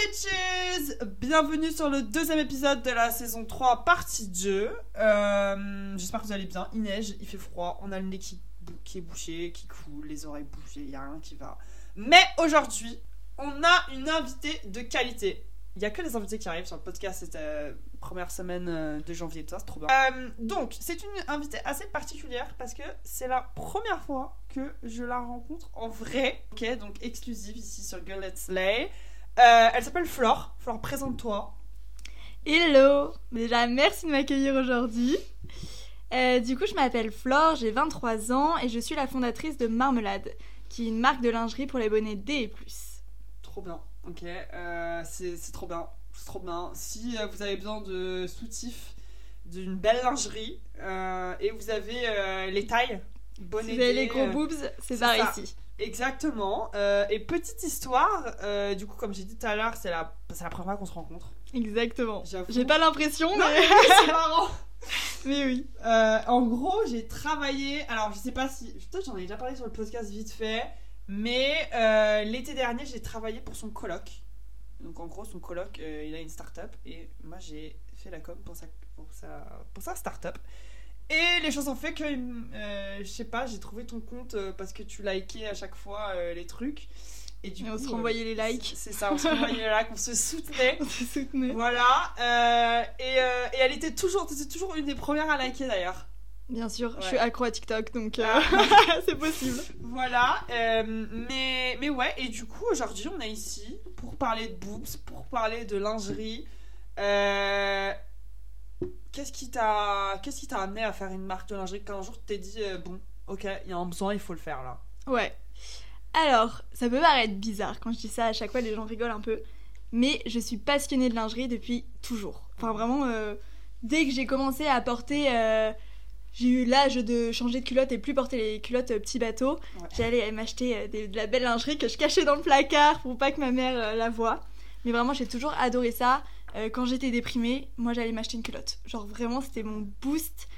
bitches! Bienvenue sur le deuxième épisode de la saison 3, partie 2. J'espère que vous allez bien. Il neige, il fait froid, on a le nez qui est bouché, qui coule, les oreilles bouchées, il n'y a rien qui va. Mais aujourd'hui, on a une invitée de qualité. Il n'y a que les invités qui arrivent sur le podcast cette première semaine de janvier, tout ça, c'est trop bien. Donc, c'est une invitée assez particulière parce que c'est la première fois que je la rencontre en vrai. Ok, donc exclusive ici sur Girl Let's Slay. Elle s'appelle Flore. Flore, présente-toi. Hello! Déjà, merci de m'accueillir aujourd'hui. Du coup, je m'appelle Flore, j'ai 23 ans et je suis la fondatrice de Marmelade, qui est une marque de lingerie pour les bonnets D et plus. Trop bien, ok. C'est trop bien. C'est trop bien. Si vous avez besoin de soutifs, d'une belle lingerie, et vous avez les tailles, bonnet D. Si vous avez les gros boobs, c'est par ici. Exactement. Et petite histoire, du coup, comme j'ai dit tout à l'heure, c'est la première fois qu'on se rencontre. Exactement. J'avoue. J'ai pas l'impression, Non, mais c'est marrant. mais oui. En gros, j'ai travaillé. Alors, je sais pas si. Peut-être j'en ai déjà parlé sur le podcast vite fait. Mais l'été dernier, j'ai travaillé pour son coloc. Donc, en gros, son coloc, il a une start-up. Et moi, j'ai fait la com pour sa start-up. Et les choses ont fait que, je sais pas, j'ai trouvé ton compte parce que tu likais à chaque fois les trucs. Et du coup, on se renvoyait les likes. C'est ça, on se renvoyait les likes, on se soutenait. On se soutenait. Voilà. Et elle était toujours une des premières à liker d'ailleurs. Bien sûr, Ouais. je suis accro à TikTok, donc c'est possible. Voilà. Mais ouais, et du coup, aujourd'hui, on est ici pour parler de boobs, pour parler de lingerie. Qu'est-ce qui t'a amené à faire une marque de lingerie qu'un jour tu t'es dit bon, ok, il y a un besoin, il faut le faire là. Ouais. Alors, ça peut paraître bizarre quand je dis ça, à chaque fois les gens rigolent un peu, mais je suis passionnée de lingerie depuis toujours. Enfin vraiment, dès que j'ai commencé à porter, j'ai eu l'âge de changer de culotte et plus porter les culottes petits bateaux, Ouais. j'allais m'acheter de la belle lingerie que je cachais dans le placard pour pas que ma mère la voie. Mais vraiment, j'ai toujours adoré ça. Quand j'étais déprimée, moi j'allais m'acheter une culotte. Genre vraiment, c'était mon boost.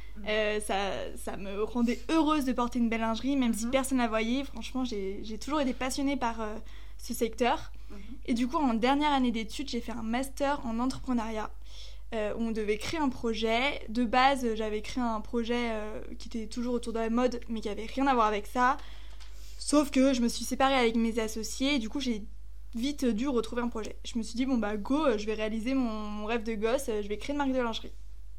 Ça me rendait heureuse de porter une belle lingerie, même si personne la voyait. Franchement, j'ai toujours été passionnée par ce secteur. Et du coup, en dernière année d'études, j'ai fait un master en entrepreneuriat où on devait créer un projet. De base, j'avais créé un projet qui était toujours autour de la mode, mais qui avait rien à voir avec ça. Sauf que je me suis séparée avec mes associés et du coup, j'ai vite dû retrouver un projet. Je me suis dit, bon bah go, je vais réaliser mon rêve de gosse, je vais créer une marque de lingerie.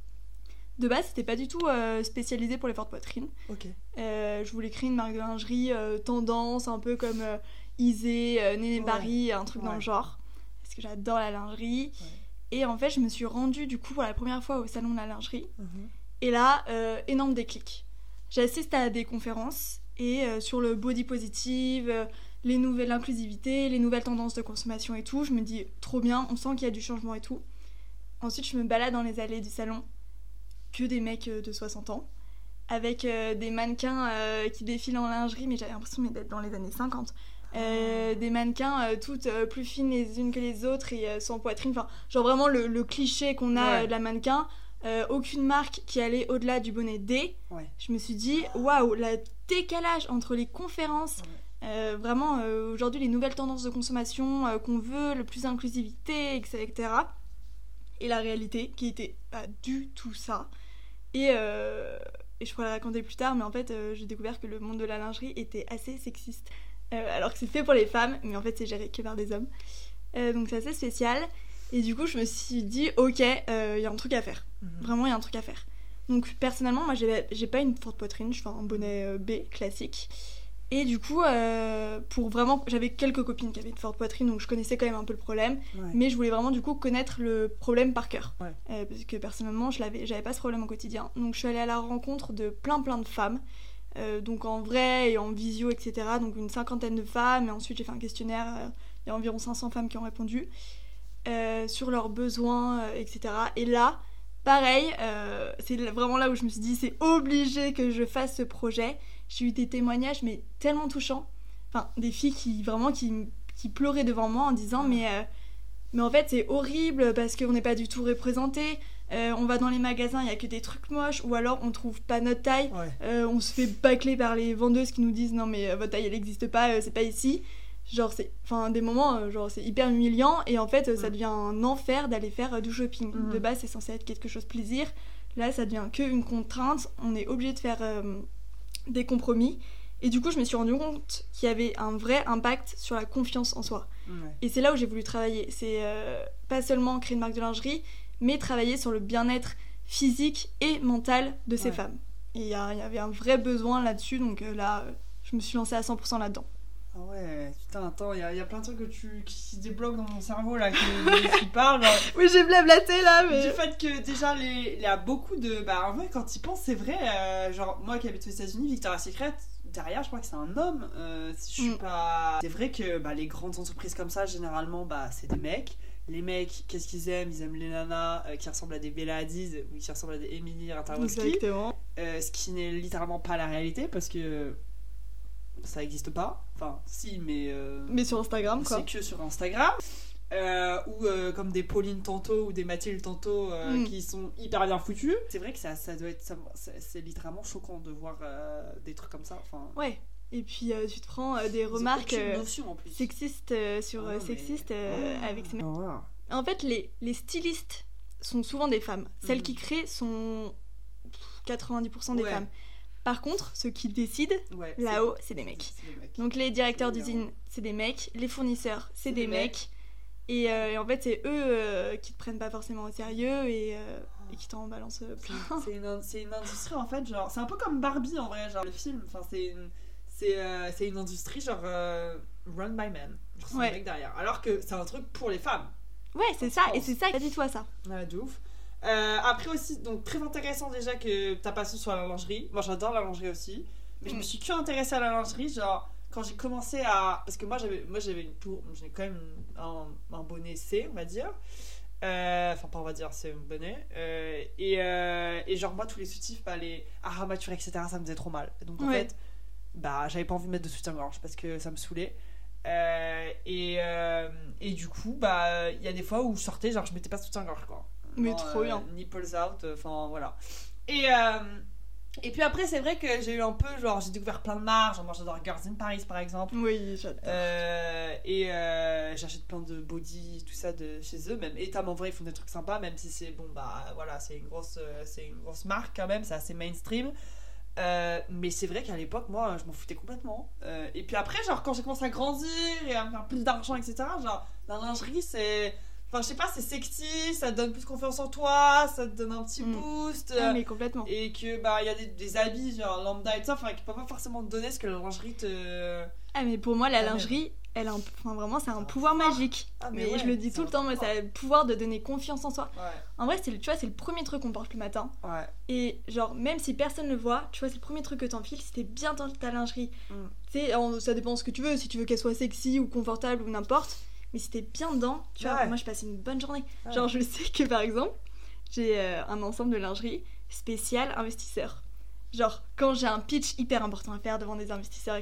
De base, c'était pas du tout spécialisé pour les fortes poitrines. Ok. Je voulais créer une marque de lingerie tendance, un peu comme Isée, Néné Barry, un truc dans le genre. Parce que j'adore la lingerie. Ouais. Et en fait, je me suis rendue du coup pour la première fois au salon de la lingerie. Et là, énorme déclic. J'assiste à des conférences et sur le body positive, l'inclusivité, les nouvelles tendances de consommation et tout, je me dis trop bien, on sent qu'il y a du changement et tout. Ensuite, je me balade dans les allées du salon, que des mecs de 60 ans, avec des mannequins qui défilent en lingerie, mais j'avais l'impression d'être dans les années 50. Des mannequins toutes plus fines les unes que les autres et sans poitrine, enfin, genre vraiment le cliché qu'on a de la mannequin. Aucune marque qui allait au-delà du bonnet D. Ouais. Je me suis dit, waouh, le décalage entre les conférences. Vraiment, aujourd'hui, les nouvelles tendances de consommation qu'on veut, le plus d'inclusivité, etc. Et la réalité, qui était pas du tout ça. Et je pourrais la raconter plus tard, mais en fait, j'ai découvert que le monde de la lingerie était assez sexiste. Alors que c'est fait pour les femmes, mais en fait, c'est géré que par des hommes. Donc c'est assez spécial. Et du coup, je me suis dit, ok, y a un truc à faire. Vraiment, il y a un truc à faire. Donc, personnellement, moi, j'ai pas une forte poitrine, je fais un bonnet B classique. Et du coup, j'avais quelques copines qui avaient de fortes poitrines, donc je connaissais quand même un peu le problème. Ouais. Mais je voulais vraiment, du coup, connaître le problème par cœur. Ouais. Parce que personnellement, j'avais pas ce problème au quotidien. Donc, je suis allée à la rencontre de plein de femmes. Donc, en vrai et en visio, etc. Donc, une 50aine de femmes. Et ensuite, j'ai fait un questionnaire. Il y a environ 500 femmes qui ont répondu. Sur leurs besoins, etc. Et là, pareil, c'est vraiment là où je me suis dit, c'est obligé que je fasse ce projet. J'ai eu des témoignages, mais tellement touchants. Enfin, des filles qui pleuraient devant moi en disant, mais en fait, c'est horrible parce qu'on n'est pas du tout représentés. On va dans les magasins, il n'y a que des trucs moches, ou alors on trouve pas notre taille. On se fait bâcler par les vendeuses qui nous disent, non, mais votre taille, elle n'existe pas, c'est pas ici. genre c'est des moments genre c'est hyper humiliant et en fait ça devient un enfer d'aller faire du shopping. De base c'est censé être quelque chose de plaisir, là ça devient qu'une contrainte, on est obligé de faire des compromis et du coup je me suis rendu compte qu'il y avait un vrai impact sur la confiance en soi. Et c'est là où j'ai voulu travailler, c'est pas seulement créer une marque de lingerie mais travailler sur le bien-être physique et mental de ces femmes. Et il y avait un vrai besoin là-dessus, donc là je me suis lancée à 100% là-dedans. Ah ouais, putain, attends, il y a plein de trucs qui se débloquent dans mon cerveau là, qui parlent. Genre, oui, j'ai blablaté là, mais. Du fait que déjà, il y a beaucoup de. Bah, en vrai, quand y penses, c'est vrai. Genre, moi qui habite aux États-Unis, Victoria's Secret, derrière, je crois que c'est un homme. Si je suis pas. C'est vrai que les grandes entreprises comme ça, généralement, c'est des mecs. Les mecs, qu'est-ce qu'ils aiment? Ils aiment les nanas qui ressemblent à des Bella Hadid ou qui ressemblent à des Emily Ratajkowski. Exactement. Ce qui n'est littéralement pas la réalité parce que. Ça n'existe pas, enfin si mais sur Instagram quoi, c'est que sur Instagram ou comme des Pauline Tanto ou des Mathilde Tanto qui sont hyper bien foutues. C'est vrai que ça doit être c'est littéralement choquant de voir des trucs comme ça, enfin. Ouais, et puis tu te prends des remarques notion, en plus. sexistes sur sexistes avec ces mecs. En fait les stylistes sont souvent des femmes, celles qui créent sont 90% des femmes. Par contre, ceux qui décident, là-haut, c'est des mecs. Donc les directeurs d'usine, c'est des mecs. Les fournisseurs, c'est des mecs. Et en fait, c'est eux qui te prennent pas forcément au sérieux et qui t'en balancent plein. C'est une industrie, en fait, genre... C'est un peu comme Barbie, en vrai, genre le film. Enfin, c'est une industrie, genre... run by men. Genre, c'est des mecs derrière. Alors que c'est un truc pour les femmes. Ouais, c'est ça. Et c'est ça, dis-toi ça. Ouais, de ouf. Après aussi, donc très intéressant déjà que ta passion soit la lingerie. Moi j'adore la lingerie aussi, mais je me suis que intéressée à la lingerie genre quand j'ai commencé à, parce que moi j'avais j'ai quand même un bonnet C, on va dire, enfin pas on va dire, c'est un bonnet et genre moi tous les soutifs, les armatures etc, ça me faisait trop mal, donc en fait j'avais pas envie de mettre de soutien-gorge parce que ça me saoulait. Et du coup il y a des fois où je sortais, genre je mettais pas de soutien-gorge quoi. Mais trop bien. Nipples out, enfin voilà. Et puis après, c'est vrai que j'ai eu un peu, genre, j'ai découvert plein de marques. Genre, moi j'adore Girls in Paris par exemple. Oui, j'adore. Et j'achète plein de body, tout ça de chez eux. Même Etam en vrai, ils font des trucs sympas, même si c'est voilà, c'est une grosse marque quand même, c'est assez mainstream. Mais c'est vrai qu'à l'époque, moi je m'en foutais complètement. Et puis après, genre, quand j'ai commencé à grandir et à me faire plus d'argent, etc., genre, la lingerie c'est. Enfin, je sais pas, c'est sexy, ça te donne plus confiance en toi, ça te donne un petit boost. Ah, mais complètement. Et que, il y a des habits, genre lambda et tout ça, enfin, qui peuvent pas forcément te donner ce que la lingerie te. Ah, mais pour moi, la lingerie, elle a vraiment, c'est un pouvoir magique. Ah, mais je le dis tout le temps, moi, ça a le pouvoir de donner confiance en soi. Ouais. En vrai, tu vois, c'est le premier truc qu'on porte le matin. Ouais. Et, genre, même si personne le voit, tu vois, c'est le premier truc que t'enfiles, c'était bien dans ta lingerie. Tu sais, ça dépend de ce que tu veux, si tu veux qu'elle soit sexy ou confortable ou n'importe. Mais si t'es bien dedans, tu vois, moi je passe une bonne journée. Genre je sais que par exemple, j'ai un ensemble de lingerie spécial investisseur. Genre quand j'ai un pitch hyper important à faire devant des investisseurs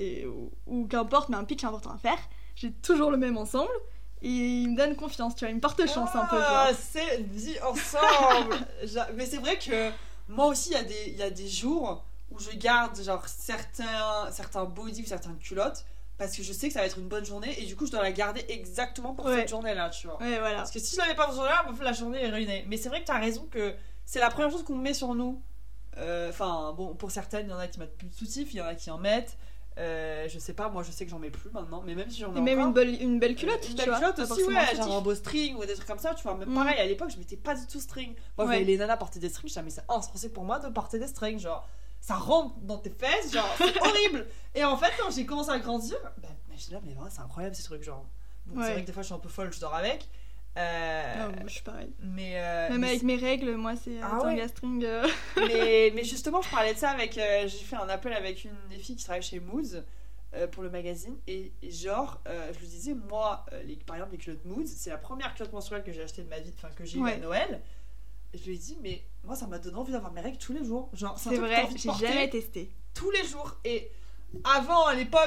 ou qu'importe, mais un pitch important à faire, j'ai toujours le même ensemble et il me donne confiance, tu vois, il me porte chance un peu. C'est dit ensemble. Mais c'est vrai que moi aussi il y a des jours où je garde genre certains body ou certaines culottes parce que je sais que ça va être une bonne journée et du coup je dois la garder exactement pour cette journée là, tu vois. Ouais, voilà. Parce que si je l'avais pas pour ce jour-là, la journée est ruinée. Mais c'est vrai que t'as raison que c'est la première chose qu'on met sur nous. Enfin bon, pour certaines il y en a qui mettent plus de soutifs, il y en a qui en mettent. Je sais pas, moi je sais que j'en mets plus maintenant, mais même si j'en ai même encore, une belle culotte, une belle culotte aussi, genre un beau string ou des trucs comme ça, tu vois. Même pareil, à l'époque je mettais pas du tout string. Moi je voyais les nanas porter des strings, je disais mais c'est insensé pour moi de porter des strings, genre ça rentre dans tes fesses, genre c'est horrible. Et en fait quand j'ai commencé à grandir, je suis là mais vraiment c'est incroyable ces trucs, genre bon, c'est vrai que des fois je suis un peu folle, je dors avec. Non, je suis pareil. Même avec mes règles, moi c'est tanga string. mais justement, je parlais de ça avec. J'ai fait un appel avec une des filles qui travaille chez Moods pour le magazine. Et genre, je lui disais, moi, par exemple, les culottes Moods, c'est la première culotte menstruelle que j'ai achetée de ma vie, enfin que j'ai eu à Noël. Et je lui ai dit, mais moi ça m'a donné envie d'avoir mes règles tous les jours. Genre, c'est vrai, j'ai jamais testé. Tous les jours. Et avant, à l'époque,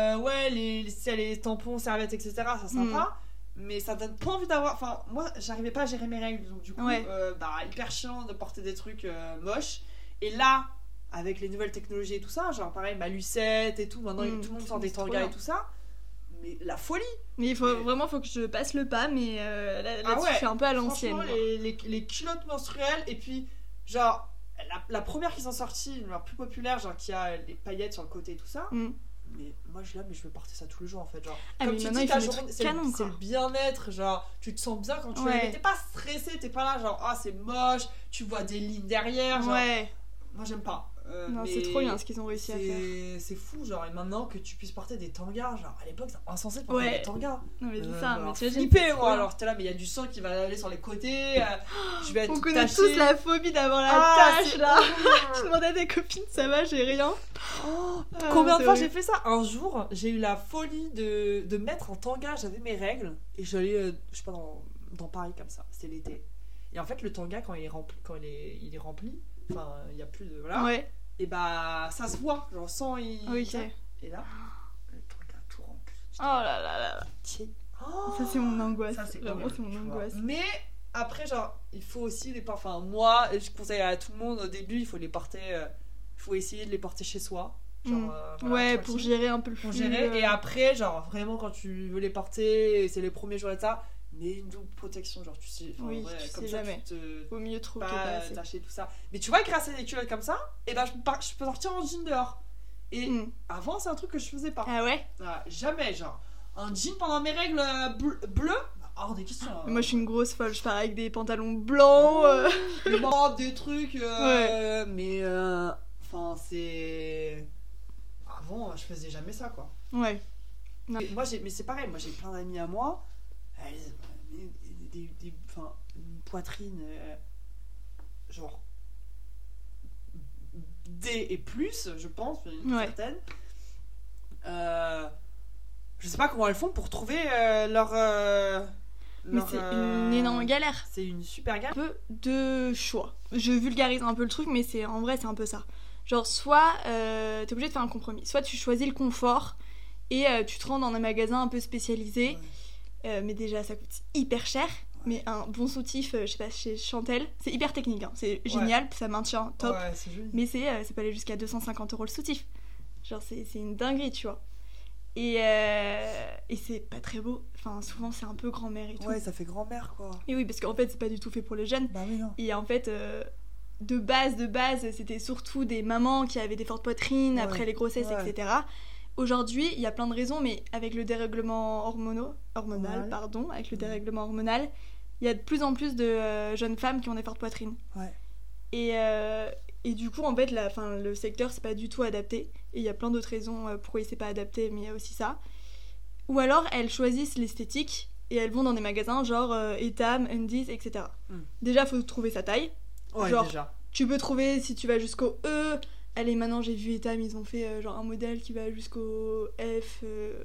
les tampons, serviettes, etc., ça sympa. Mais ça donne pas envie d'avoir. Enfin, moi j'arrivais pas à gérer mes règles, donc du coup, hyper chiant de porter des trucs moches. Et là, avec les nouvelles technologies et tout ça, genre pareil, ma lucette et tout, maintenant tout le monde sort des tangas et tout ça. mais la folie. Mais vraiment, faut que je passe le pas, mais là-dessus, je suis un peu à l'ancienne. Franchement, les culottes menstruelles, et puis, genre, la première qui sont sorties, la plus populaire, genre, qui a les paillettes sur le côté et tout ça. Mais moi, je veux porter ça tous les jours, en fait. Genre, comme tu dis, ta journée, c'est le bien-être, genre, tu te sens bien quand tu es. T'es pas stressé, t'es pas là, genre, c'est moche, tu vois des lignes derrière, genre. Moi, j'aime pas. Non, c'est trop bien ce qu'ils ont réussi à faire. C'est fou, genre, et maintenant que tu puisses porter des tangas, genre, à l'époque, c'est insensé de porter des tangas. Non, mais c'est ça, mais tu vois, flippé, moi, alors t'es là, mais il y a du sang qui va aller sur les côtés, je vais être on connaît tachée. tous la phobie d'avoir la tache, là. Tu demandais à tes copines, ça va, j'ai rien. Combien de fois j'ai fait ça? Un jour, j'ai eu la folie de mettre un tanga, j'avais mes règles, et j'allais, je sais pas, dans Paris comme ça, c'était l'été. Et en fait, le tanga, quand il est rempli, enfin, il y a plus de. Voilà. Ouais. Et bah, ça se voit, genre, sans. Et là, le tanga tout rempli. Oh là là là. Ça, c'est mon angoisse. Ça, c'est vraiment, c'est mon angoisse. Mais après, genre, il faut aussi les porter. Enfin, moi, je conseille à tout le monde au début, il faut les porter. Il faut essayer de les porter chez soi. Genre, voilà, pour gérer un peu le flux. Et après, genre, vraiment, quand tu veux les porter, c'est les premiers jours et ça. Mais une double protection, genre tu sais, oui, vrai, tu comme sais ça, jamais. Au mieux trop que pas assez. Tâcher tout ça. Mais tu vois, grâce à des culottes comme ça, et ben je peux sortir en jean dehors. Et avant, c'est un truc que je faisais pas. Ah ouais? Jamais, genre un jean pendant mes règles bleues, hors des questions. Moi, je suis une grosse folle. Je pars avec des pantalons blancs, des trucs. Mais enfin, c'est. Avant, je faisais jamais ça, quoi. Ouais. Non. Mais c'est pareil. Moi, j'ai plein d'amis à moi. Une poitrine genre D et plus, je pense, certaine. Je sais pas comment elles font pour trouver leur. Mais c'est une énorme galère. C'est une super galère. Un peu de choix. Je vulgarise un peu le truc, mais en vrai, c'est un peu ça. Genre, soit t'es obligé de faire un compromis. Soit tu choisis le confort et tu te rends dans un magasin un peu spécialisé. Mais déjà ça coûte hyper cher, mais un bon soutif, je sais pas, chez Chantel, c'est hyper technique, hein. C'est génial, ça maintient top, c'est joli. Mais c'est pas aller jusqu'à 250 € le soutif, genre c'est une dinguerie, tu vois, et c'est pas très beau, enfin souvent c'est un peu grand-mère et tout. Ouais, ça fait grand-mère quoi. Et oui, parce qu'en fait c'est pas du tout fait pour les jeunes. Bah oui, non. Et en fait de base c'était surtout des mamans qui avaient des fortes poitrines après les grossesses, etc. Aujourd'hui, il y a plein de raisons, mais avec le dérèglement hormonal, avec le dérèglement hormonal, il y a de plus en plus de jeunes femmes qui ont des fortes poitrines. Ouais. Et du coup, en fait, le secteur, c'est pas du tout adapté. Et il y a plein d'autres raisons pourquoi il s'est pas adapté, mais il y a aussi ça. Ou alors, elles choisissent l'esthétique et elles vont dans des magasins genre Etam, Undies, etc. Déjà, faut trouver sa taille. Ouais, genre, déjà. Tu peux trouver si tu vas jusqu'au E. Allez, maintenant j'ai vu Etam, ils ont fait genre un modèle qui va jusqu'au F,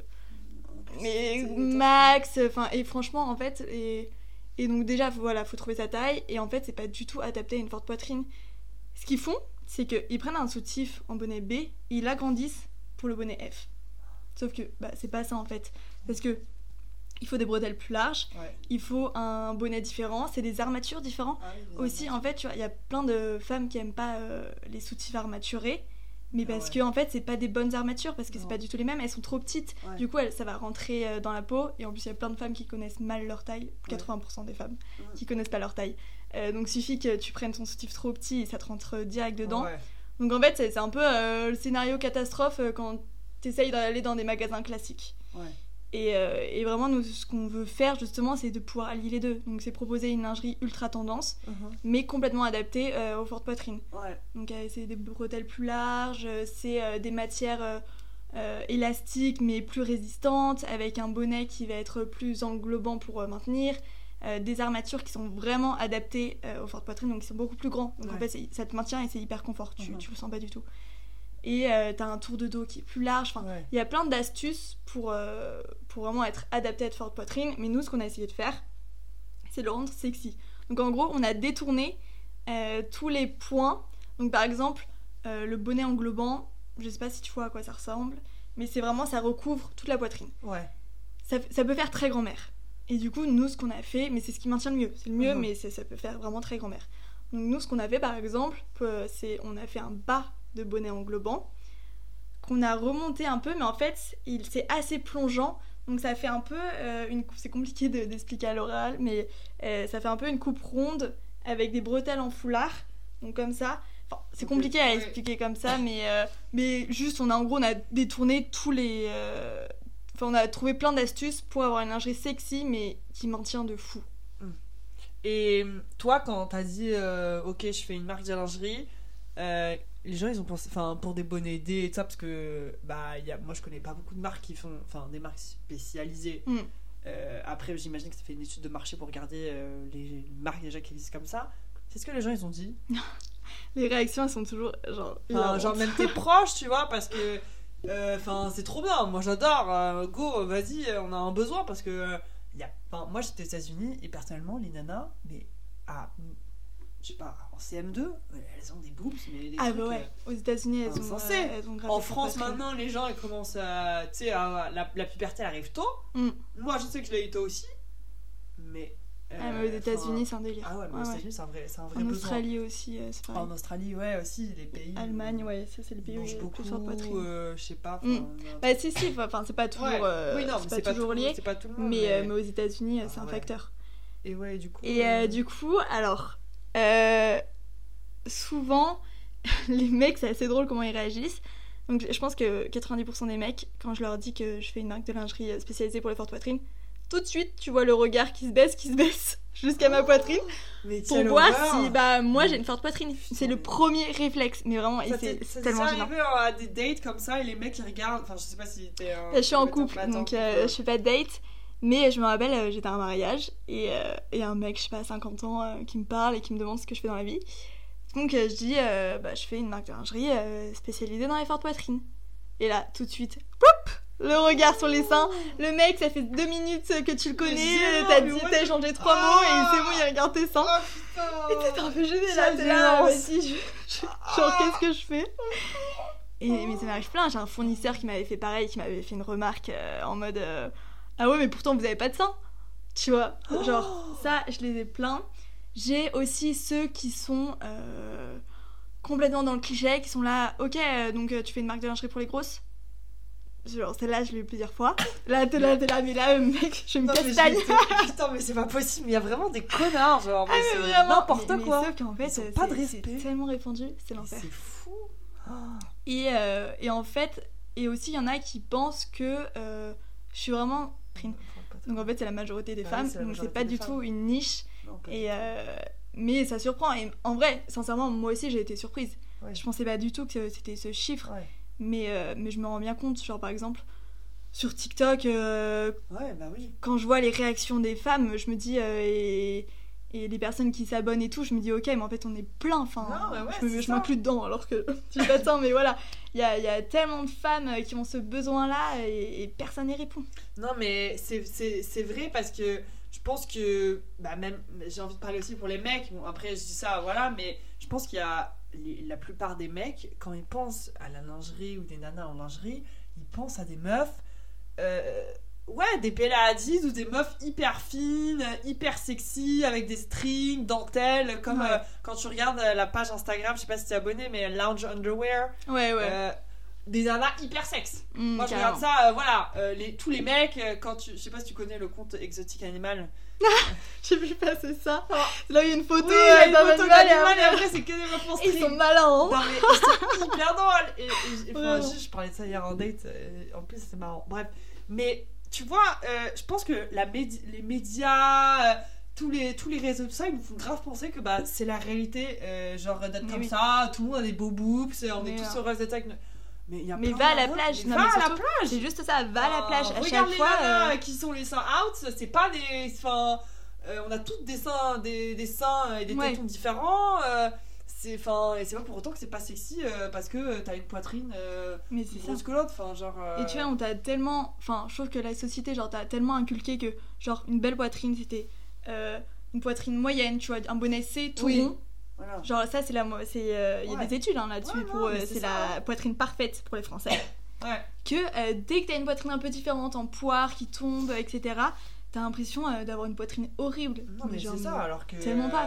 mais max, et franchement en fait, et donc déjà faut trouver sa taille, et en fait c'est pas du tout adapté à une forte poitrine. Ce qu'ils font, c'est qu'ils prennent un soutif en bonnet B, et ils l'agrandissent pour le bonnet F. Sauf que c'est pas ça en fait, parce que il faut des bretelles plus larges, il faut un bonnet différent, c'est des armatures différentes. Aussi, en fait, tu vois, il y a plein de femmes qui aiment pas les soutifs armaturés, mais parce que en fait, c'est pas des bonnes armatures, parce que c'est pas du tout les mêmes, elles sont trop petites. Du coup, ça va rentrer dans la peau, et en plus, il y a plein de femmes qui connaissent mal leur taille, 80% des femmes qui connaissent pas leur taille. Donc, suffit que tu prennes ton soutif trop petit et ça te rentre direct dedans. Donc, en fait, c'est un peu le scénario catastrophe quand t'essayes d'aller dans des magasins classiques. Et vraiment, nous, ce qu'on veut faire, justement, c'est de pouvoir allier les deux. Donc, c'est proposer une lingerie ultra tendance, mais complètement adaptée aux fortes poitrines. Donc, c'est des bretelles plus larges, c'est des matières élastiques, mais plus résistantes, avec un bonnet qui va être plus englobant pour maintenir, des armatures qui sont vraiment adaptées aux fortes poitrines, donc qui sont beaucoup plus grands. Donc, en fait, ça te maintient et c'est hyper confort, tu le sens pas du tout. Et t'as un tour de dos qui est plus large. Il y a plein d'astuces pour vraiment être adapté à de fortes poitrines. Mais nous, ce qu'on a essayé de faire, c'est de le rendre sexy. Donc en gros, on a détourné tous les points. Donc par exemple, le bonnet englobant, je sais pas si tu vois à quoi ça ressemble, mais c'est vraiment, ça recouvre toute la poitrine. Ça peut faire très grand-mère. Et du coup, nous, ce qu'on a fait, mais c'est ce qui maintient le mieux. C'est le mieux, mais ça peut faire vraiment très grand-mère. Donc nous, ce qu'on a fait, par exemple, c'est on a fait un bas de bonnet englobant qu'on a remonté un peu, mais en fait c'est assez plongeant, Donc ça fait un peu une coupe, c'est compliqué d'expliquer à l'oral, mais ça fait un peu une coupe ronde avec des bretelles en foulard, donc comme ça. Enfin, c'est compliqué à expliquer comme ça, mais juste on a détourné tous les... Enfin, on a trouvé plein d'astuces pour avoir une lingerie sexy, mais qui maintient de fou. Et toi, quand t'as dit ok, je fais une marque de lingerie, les gens ils ont pensé, enfin, pour des bonnets D et tout ça, parce que moi je connais pas beaucoup de marques qui font, enfin, des marques spécialisées. Après, j'imagine que ça fait une étude de marché pour regarder les marques déjà qui existent comme ça. C'est ce que les gens ils ont dit. Les réactions elles sont toujours genre même tes proches, tu vois, parce que c'est trop bien, moi j'adore, go, vas-y, on a un besoin, parce que moi j'étais aux États-Unis et personnellement les nanas, mais je sais pas, en CM2 elles ont des boobs, mais des trucs, ouais, aux États-Unis elles ont en France maintenant les gens ils commencent à, tu sais, la puberté elle arrive tôt. Moi je sais que je l'ai eu tôt aussi, mais aux États-Unis c'est un délire. Ah ouais, mais aux États-Unis c'est un vrai en besoin. Australie aussi c'est pareil. En Australie ouais aussi, les pays Allemagne ça c'est les pays où il y a le plus de poitrine. je sais pas, enfin c'est pas toujours oui, non, c'est pas toujours lié, c'est pas tout le monde, mais aux États-Unis c'est un facteur. Et ouais, du coup alors souvent les mecs c'est assez drôle comment ils réagissent. Donc je pense que 90% des mecs, quand je leur dis que je fais une marque de lingerie spécialisée pour les fortes poitrines, tout de suite tu vois le regard qui se baisse jusqu'à ma poitrine pour voir si moi j'ai une forte poitrine. C'est le premier réflexe, mais vraiment c'est tellement gênant. Ça arrivé à des dates comme ça et les mecs ils regardent, enfin je sais pas si t'es je suis en couple donc je fais pas de date, mais je me rappelle j'étais à un mariage et un mec je sais pas 50 ans qui me parle et qui me demande ce que je fais dans la vie. Donc je dis je fais une marque de lingerie spécialisée dans les fortes poitrines. Et là tout de suite ploup, le regard sur les seins, le mec ça fait 2 minutes que tu le connais, t'as échangé 3 mots et c'est bon il regarde tes seins. Et t'es un peu gênée là, t'es là, vas-y, genre qu'est-ce que je fais? Mais ça m'arrive plein, j'ai un fournisseur qui m'avait fait pareil, qui m'avait fait une remarque en mode ah ouais mais pourtant vous avez pas de seins, tu vois, genre ça je les ai plein. J'ai aussi ceux qui sont complètement dans le cliché, qui sont là, ok, donc tu fais une marque de lingerie pour les grosses. Genre celle-là je l'ai eu plusieurs fois. Là t'es là, mais là mec je me castagne. Putain mais c'est pas possible, il y a vraiment des connards genre, mais c'est vraiment n'importe quoi. Mais sauf qu'en fait c'est pas de respect. C'est tellement répandu, c'est l'enfer. C'est fou. Et en fait, et aussi il y en a qui pensent que je suis vraiment donc en fait c'est la majorité des femmes, donc c'est pas du tout une niche. Non, mais ça surprend, et en vrai sincèrement moi aussi j'ai été surprise. Je pensais pas du tout que c'était ce chiffre. Mais je me rends bien compte, genre par exemple sur TikTok quand je vois les réactions des femmes je me dis et les personnes qui s'abonnent et tout, je me dis ok mais en fait on est plein, enfin je m'inclus dedans alors que je suis pas tant, mais voilà il y a tellement de femmes qui ont ce besoin là et personne n'y répond. Non mais c'est vrai, parce que je pense que même j'ai envie de parler aussi pour les mecs, bon, après je dis ça voilà, mais je pense qu'il y a la plupart des mecs, quand ils pensent à la lingerie ou des nanas en lingerie, ils pensent à des meufs des Pélades ou des meufs hyper fines, hyper sexy, avec des strings, dentelles, comme quand tu regardes la page Instagram, je sais pas si t'es abonné, mais Lounge Underwear, des nanas hyper sexe. Moi je regarde ça, tous les mecs, je sais pas si tu connais le compte Exotic Animal. J'ai vu passer ça. Là il y a une photo d'animal et après c'est que des meufs en string. Ils sont malins, hein. Non mais ils sont hyper drôles. Et je parlais de ça hier en date, en plus c'est marrant. Bref, mais tu vois, je pense que les médias, tous les réseaux, tout ça, ils nous font grave penser que c'est la réalité, genre d'être comme ça, tout le monde a des beaux boobs, on est tous heureux d'être avec. Mais va à la plage, va à la plage, c'est juste ça, va à la plage à chaque fois. Regarde les nanas qui sont les seins out, c'est pas des, on a toutes des seins, des seins et des tétons différents, et c'est pas pour autant que c'est pas sexy parce que t'as une poitrine mais c'est grosse que l'autre, genre et tu vois on t'a tellement, je trouve que la société genre t'as tellement inculqué que genre une belle poitrine c'était une poitrine moyenne, tu vois, un bonnet C tout rond. Voilà. Genre ça c'est il y a des études là-dessus c'est la poitrine parfaite pour les Français. Que dès que t'as une poitrine un peu différente, en poire qui tombe, etc., t'as l'impression d'avoir une poitrine horrible. Non mais c'est ça, alors que tellement pas.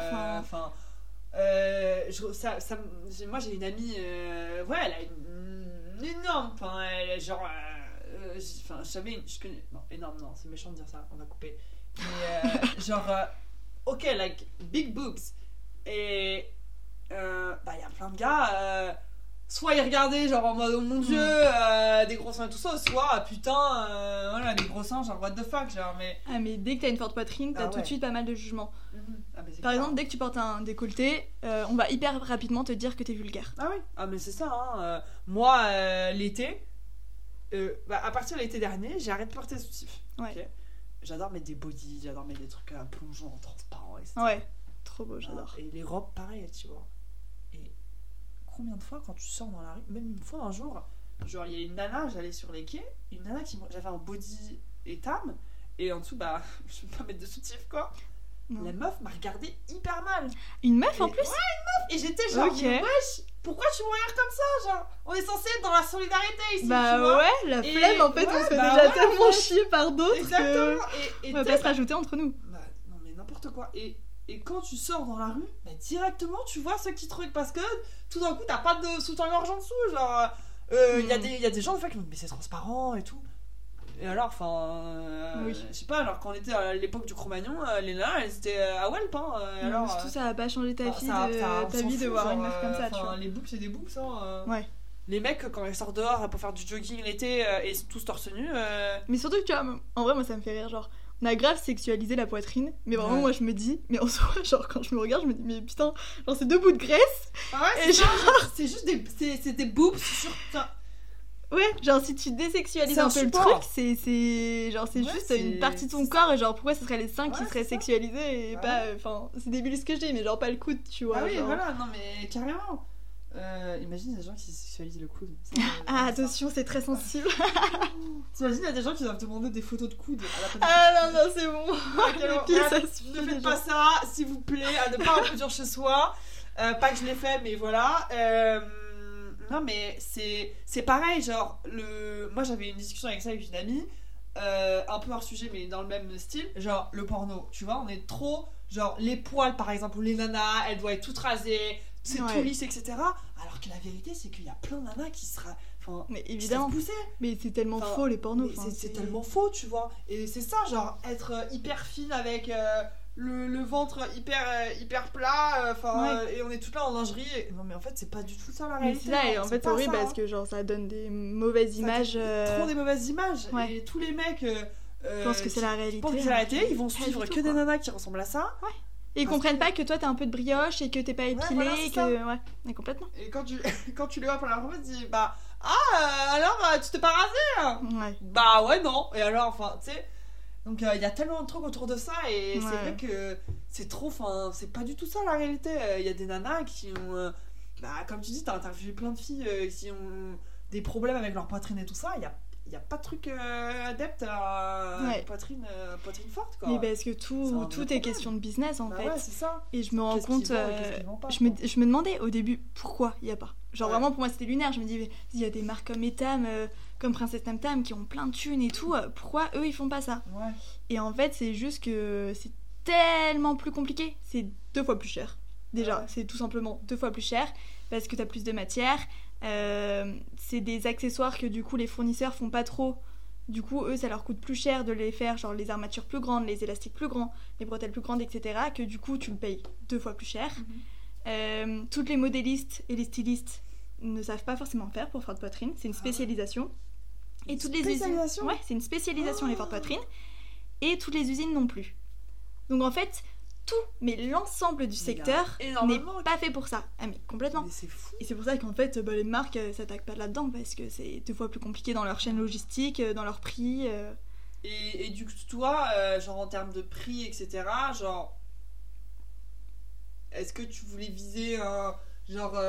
Moi j'ai une amie, elle a une énorme, je connais. Non, énorme, non, c'est méchant de dire ça, on va couper. Mais ok, like, big boobs. Et il y a plein de gars, soit ils regardaient genre en mode oh mon dieu, des gros seins et tout ça, soit putain, voilà, des gros seins, genre what the fuck, genre, mais. Ah, mais dès que t'as une forte poitrine, t'as tout de suite pas mal de jugements. Par exemple, dès que tu portes un décolleté, on va hyper rapidement te dire que t'es vulgaire. Ah oui, ah mais c'est ça, hein. Moi, l'été, à partir de l'été dernier, j'ai arrêté de porter des soutifs. Ouais. Okay. J'adore mettre des bodys, j'adore mettre des trucs plongeants, transparents, etc. Ouais, trop beau, j'adore. Et les robes, pareil, tu vois. Et combien de fois, quand tu sors dans la rue, même une fois un jour, genre il y a une nana, j'allais sur les quais, une nana j'avais un body étam, et en dessous, je peux pas mettre de soutif, quoi. Non. La meuf m'a regardé hyper mal. Une meuf en plus? Ouais, une meuf. Et j'étais genre, mais wesh, pourquoi tu me regardes comme ça, genre? On est censé être dans la solidarité ici, tu vois. Ouais, la flemme, en fait, on se fait déjà tellement chier par d'autres. Exactement. On va pas se rajouter entre nous. Non mais n'importe quoi. Et quand tu sors dans la rue, directement tu vois ceux qui truc, parce que tout d'un coup t'as pas de soutien-gorge en dessous, genre il y a des gens des fois qui me disent mais c'est transparent et tout. Et alors, je sais pas, alors quand on était à l'époque du Cro-Magnon, les nanas, elles étaient à Welp, hein. Alors, surtout, ça a pas changé ta vie de voir une meuf comme ça, tu vois. Les boobs, c'est des boobs, hein. Ouais. Les mecs, quand ils sortent dehors pour faire du jogging l'été et sont tous torse nu. Mais surtout, tu vois, en vrai, moi ça me fait rire, genre, on a grave sexualisé la poitrine, mais vraiment, moi je me dis, mais en soi, genre, quand je me regarde, je me dis, mais putain, genre, c'est 2 bouts de graisse. Ah ouais, c'est juste des boobs sur. Ouais, genre si tu désexualises un peu le truc, c'est juste une partie de ton corps, et genre pourquoi ce serait les seins qui seraient sexualisés et pas, enfin c'est débile ce que je dis, mais genre pas le coude, tu vois. Ah oui, genre... voilà, non mais carrément. Imagine des gens qui sexualisent le coude. Attention, c'est très sensible. T'imagines, il y a des gens qui doivent demander des photos de coude à la peine. Ah non, c'est bon. Ne faites pas ça, s'il vous plaît, à ne pas reproduire chez soi. Pas que je l'ai fait, mais voilà. Non mais c'est pareil, genre moi j'avais une discussion avec une amie, un peu hors sujet mais dans le même style, genre le porno, tu vois, on est trop, genre les poils par exemple, ou les nanas, elles doivent être toutes rasées, c'est tout lisse, etc. Alors que la vérité c'est qu'il y a plein de nanas qui sera, mais évidemment, mais c'est tellement faux les pornos, c'est tellement faux, tu vois, et c'est ça, genre être hyper fine avec le ventre hyper plat, et on est tout là en lingerie, non mais en fait c'est pas du tout ça la réalité. Mais c'est ça, et en fait c'est horrible parce que genre ça donne des mauvaises images, trop des mauvaises images, et tous les mecs je pense que c'est la réalité, ils vont suivre que des nanas qui ressemblent à ça, et ils comprennent pas que toi t'as un peu de brioche et que t'es pas épilé, et complètement. Et quand tu le vois pour la première fois, tu dis alors tu t'es pas rasé? Bah ouais, non, et alors enfin tu sais. Donc il y a tellement de trucs autour de ça, et c'est vrai que c'est trop, c'est pas du tout ça la réalité. Il y a des nanas qui ont, comme tu dis, t'as interviewé plein de filles qui ont des problèmes avec leur poitrine et tout ça. Il y a pas de truc adepte à poitrine forte, quoi. Mais parce que tout est question de business en fait. Ouais, c'est ça. Et je me rends compte, je me demandais au début pourquoi il y a pas. Genre vraiment pour moi c'était lunaire, je me dis il y a des marques comme Etam, comme Princesse Tam Tam qui ont plein de thunes et tout, pourquoi eux ils font pas ça? Et en fait c'est juste que c'est tellement plus compliqué, c'est 2 fois plus cher. Déjà, c'est tout simplement 2 fois plus cher parce que t'as plus de matière, c'est des accessoires que du coup les fournisseurs font pas trop. Du coup, eux, ça leur coûte plus cher de les faire, genre les armatures plus grandes, les élastiques plus grands, les bretelles plus grandes, etc. Que du coup, tu le payes 2 fois plus cher. Toutes les modélistes et les stylistes ne savent pas forcément faire pour faire de poitrine, c'est une spécialisation. Et toutes les usines, c'est une spécialisation les fortes poitrines. Et toutes les usines non plus. Donc en fait, l'ensemble du secteur n'est pas fait pour ça. Ah mais complètement. Mais c'est fou. Et c'est pour ça qu'en fait, les marques s'attaquent pas là-dedans parce que c'est 2 fois plus compliqué dans leur chaîne logistique, dans leur prix. Et du coup, toi, genre en termes de prix, etc., genre, est-ce que tu voulais viser genre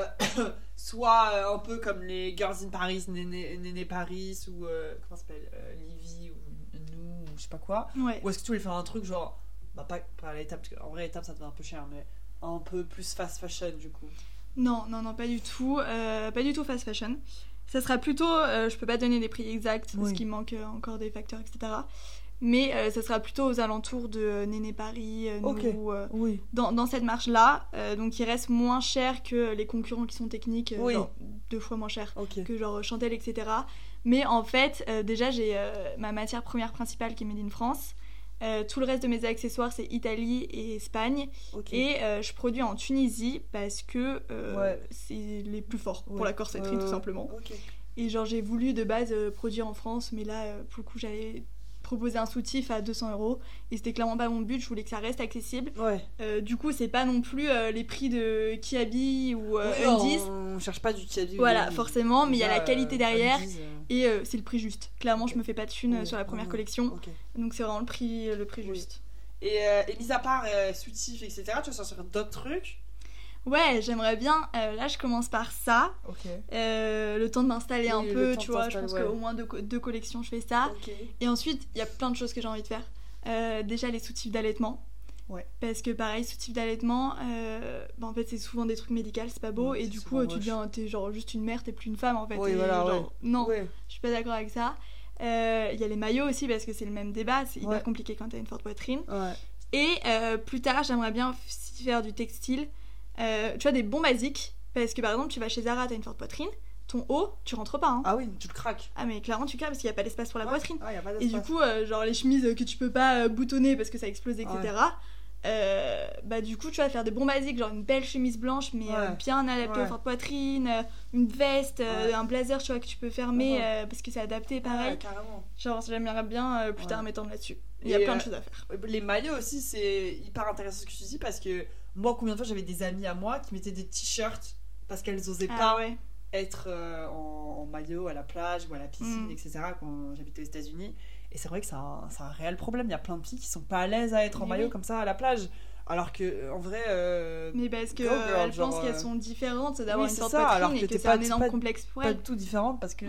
soit un peu comme les Girls in Paris, Néné Paris, ou comment ça s'appelle, Livy, ou Nous, ou je sais pas quoi, ou est-ce que tu voulais faire un truc genre pas l'étape, parce qu'en vrai l'étape ça devient un peu cher, mais un peu plus fast fashion du coup? Non, pas du tout, pas du tout fast fashion. Ça sera plutôt, je peux pas donner des prix exacts parce qu'il manque encore des facteurs, etc. Mais ça sera plutôt aux alentours de Néné Paris, Nous, dans cette marche-là. Donc il reste moins cher que les concurrents qui sont techniques, genre 2 fois moins cher que genre Chantel, etc. Mais en fait, déjà, j'ai ma matière première principale qui est Made in France. Tout le reste de mes accessoires, c'est Italie et Espagne. Et je produis en Tunisie parce que c'est les plus forts pour la corsetterie, tout simplement. Et genre, j'ai voulu de base produire en France, mais là, pour le coup, j'avais proposé un soutif à 200 €. Et c'était clairement pas mon but, je voulais que ça reste accessible. Du coup, c'est pas non plus les prix de Kiabi ou Undies. On cherche pas du Kiabi. Voilà, forcément, mais il y a la qualité derrière. Et c'est le prix juste. Clairement, je me fais pas de thunes sur la première collection. Donc c'est vraiment le prix juste. Et mis à part soutif, etc., tu vas sortir d'autres trucs? Ouais, j'aimerais bien. Là, je commence par ça. Le temps de m'installer un peu, tu vois. Je pense qu'au moins deux collections, je fais ça. Et ensuite, il y a plein de choses que j'ai envie de faire. Déjà, les soutifs d'allaitement. Parce que pareil, soutif d'allaitement, en fait, c'est souvent des trucs médicaux, c'est pas beau. Et du coup, t'es genre juste une mère, t'es plus une femme, en fait. Non, je suis pas d'accord avec ça. Il y a les maillots aussi, parce que c'est le même débat. C'est hyper compliqué quand t'as une forte poitrine. Et plus tard, j'aimerais bien faire du textile. Tu vois, des bons basiques, parce que par exemple tu vas chez Zara, t'as une forte poitrine, ton haut tu rentres pas, hein. Ah oui, tu le craques. Ah mais clairement tu craques parce qu'il y a pas d'espace pour la poitrine. Y a pas et du coup genre les chemises que tu peux pas boutonner parce que ça explose, etc. Bah du coup tu vas faire des bons basiques, genre une belle chemise blanche mais bien adaptée aux fortes poitrines, une veste, un blazer, tu vois, que tu peux fermer parce que c'est adapté pareil. Carrément. Genre j'aimerais bien plus tard m'étendre là-dessus. Il y a plein de choses à faire. Les maillots aussi, c'est hyper intéressant ce que tu dis, parce que moi, combien de fois j'avais des amis à moi qui mettaient des t-shirts parce qu'elles osaient pas être en maillot à la plage ou à la piscine, etc. quand j'habitais aux États-Unis. Et c'est vrai que c'est un réel problème. Il y a plein de filles qui sont pas à l'aise à être en maillot comme ça à la plage. Alors que en vrai. Mais parce qu'elles pensent qu'elles sont différentes d'avoir une forte poitrine, alors que c'est un énorme complexe pour elles. Pas du tout différente parce que.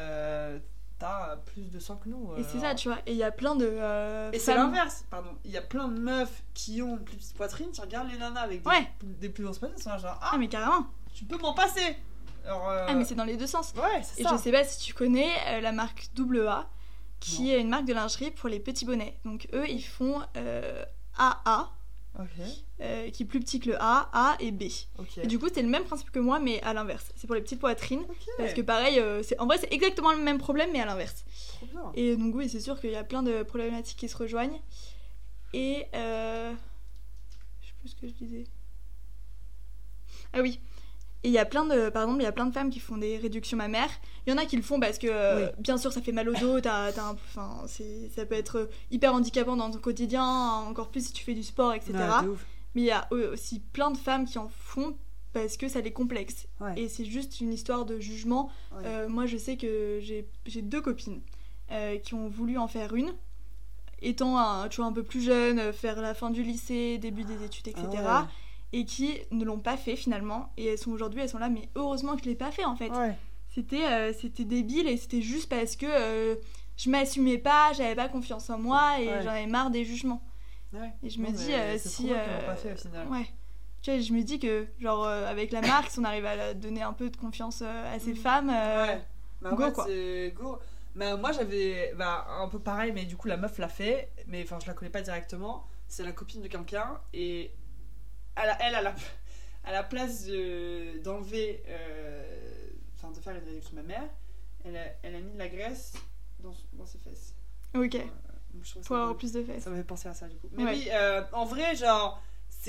T'as plus de sang que nous. Et c'est ça, tu vois. Et il y a plein de. Et c'est l'inverse, pardon. Il y a plein de meufs qui ont une plus petite poitrine. Tu regardes les nanas avec des plus grosses poitrines, ils sont là genre. Ah, mais carrément. Tu peux m'en passer. Alors, Ah, mais c'est dans les deux sens. C'est et ça. Je sais pas si tu connais la marque AA, qui est une marque de lingerie pour les petits bonnets. Donc eux, ils font AA. Qui est plus petit que le A et B. Et du coup, c'est le même principe que moi, mais à l'inverse. C'est pour les petites poitrines. Parce que pareil, en vrai, c'est exactement le même problème, mais à l'inverse. Trop bien. Et donc, oui, c'est sûr qu'il y a plein de problématiques qui se rejoignent. Et. Je sais plus ce que je disais. Ah oui. Et il y a plein de. Par exemple, il y a plein de femmes qui font des réductions mammaires. Il y en a qui le font parce que, bien sûr, ça fait mal au dos. Ça peut être hyper handicapant dans ton quotidien, encore plus si tu fais du sport, etc. Mais il y a aussi plein de femmes qui en font parce que ça les complexe. Et c'est juste une histoire de jugement. Moi, je sais que j'ai 2 copines qui ont voulu en faire une. Étant tu vois, un peu plus jeune, faire la fin du lycée, début des études, etc. Et qui ne l'ont pas fait finalement. Et elles sont là, mais heureusement que je ne l'ai pas fait en fait. C'était débile et c'était juste parce que je m'assumais pas, j'avais pas confiance en moi et j'en avais marre des jugements. Et je me dis si pas fait, au final. Tu vois, je me dis que genre avec la marque, si on arrive à donner un peu de confiance à ces femmes, go quoi. C'est go. Mais moi j'avais un peu pareil, mais du coup la meuf l'a fait, mais enfin je la connais pas directement. C'est la copine de quelqu'un et elle à la place d'enlever de faire une réduction mammaire, elle a mis de la graisse dans ses fesses. Pour avoir plus de fesses. Ça m'avait pensé à ça du coup. Mais oui, en vrai, genre,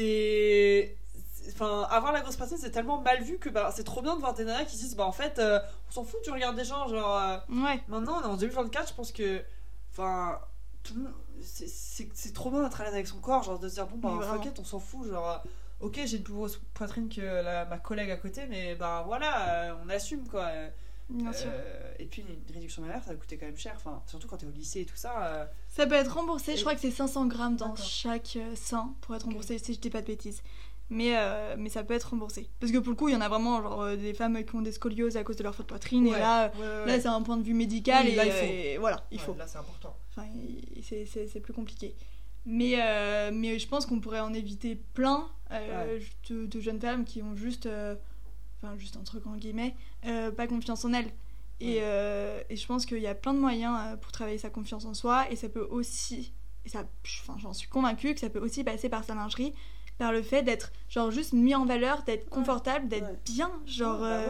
avoir la grosse poitrine, c'est tellement mal vu que c'est trop bien de voir des nanas qui se disent en fait, on s'en fout, tu regardes des gens, genre. Maintenant, on est en 2024, je pense que. Tout le monde. C'est trop bien d'être à l'aise avec son corps, genre de se dire fuck it, on s'en fout, genre. Ok, j'ai une plus grosse poitrine que ma collègue à côté, mais voilà, on assume quoi. Bien sûr. Et puis une réduction mammaire, ça va coûter quand même cher, surtout quand t'es au lycée et tout ça. Ça peut être remboursé, je crois que c'est 500 grammes dans chaque sein pour être remboursé, si je dis pas de bêtises. Mais ça peut être remboursé. Parce que pour le coup, il y en a vraiment genre, des femmes qui ont des scolioses à cause de leur forte poitrine, et là c'est un point de vue médical, et voilà, il faut. Là, c'est important. C'est plus compliqué. Mais je pense qu'on pourrait en éviter plein de jeunes femmes qui ont juste un truc en guillemets, pas confiance en elles. Et je pense qu'il y a plein de moyens pour travailler sa confiance en soi, et ça peut aussi, j'en suis convaincue que ça peut aussi passer par sa lingerie, par le fait d'être genre juste mis en valeur, d'être confortable, d'être bien, genre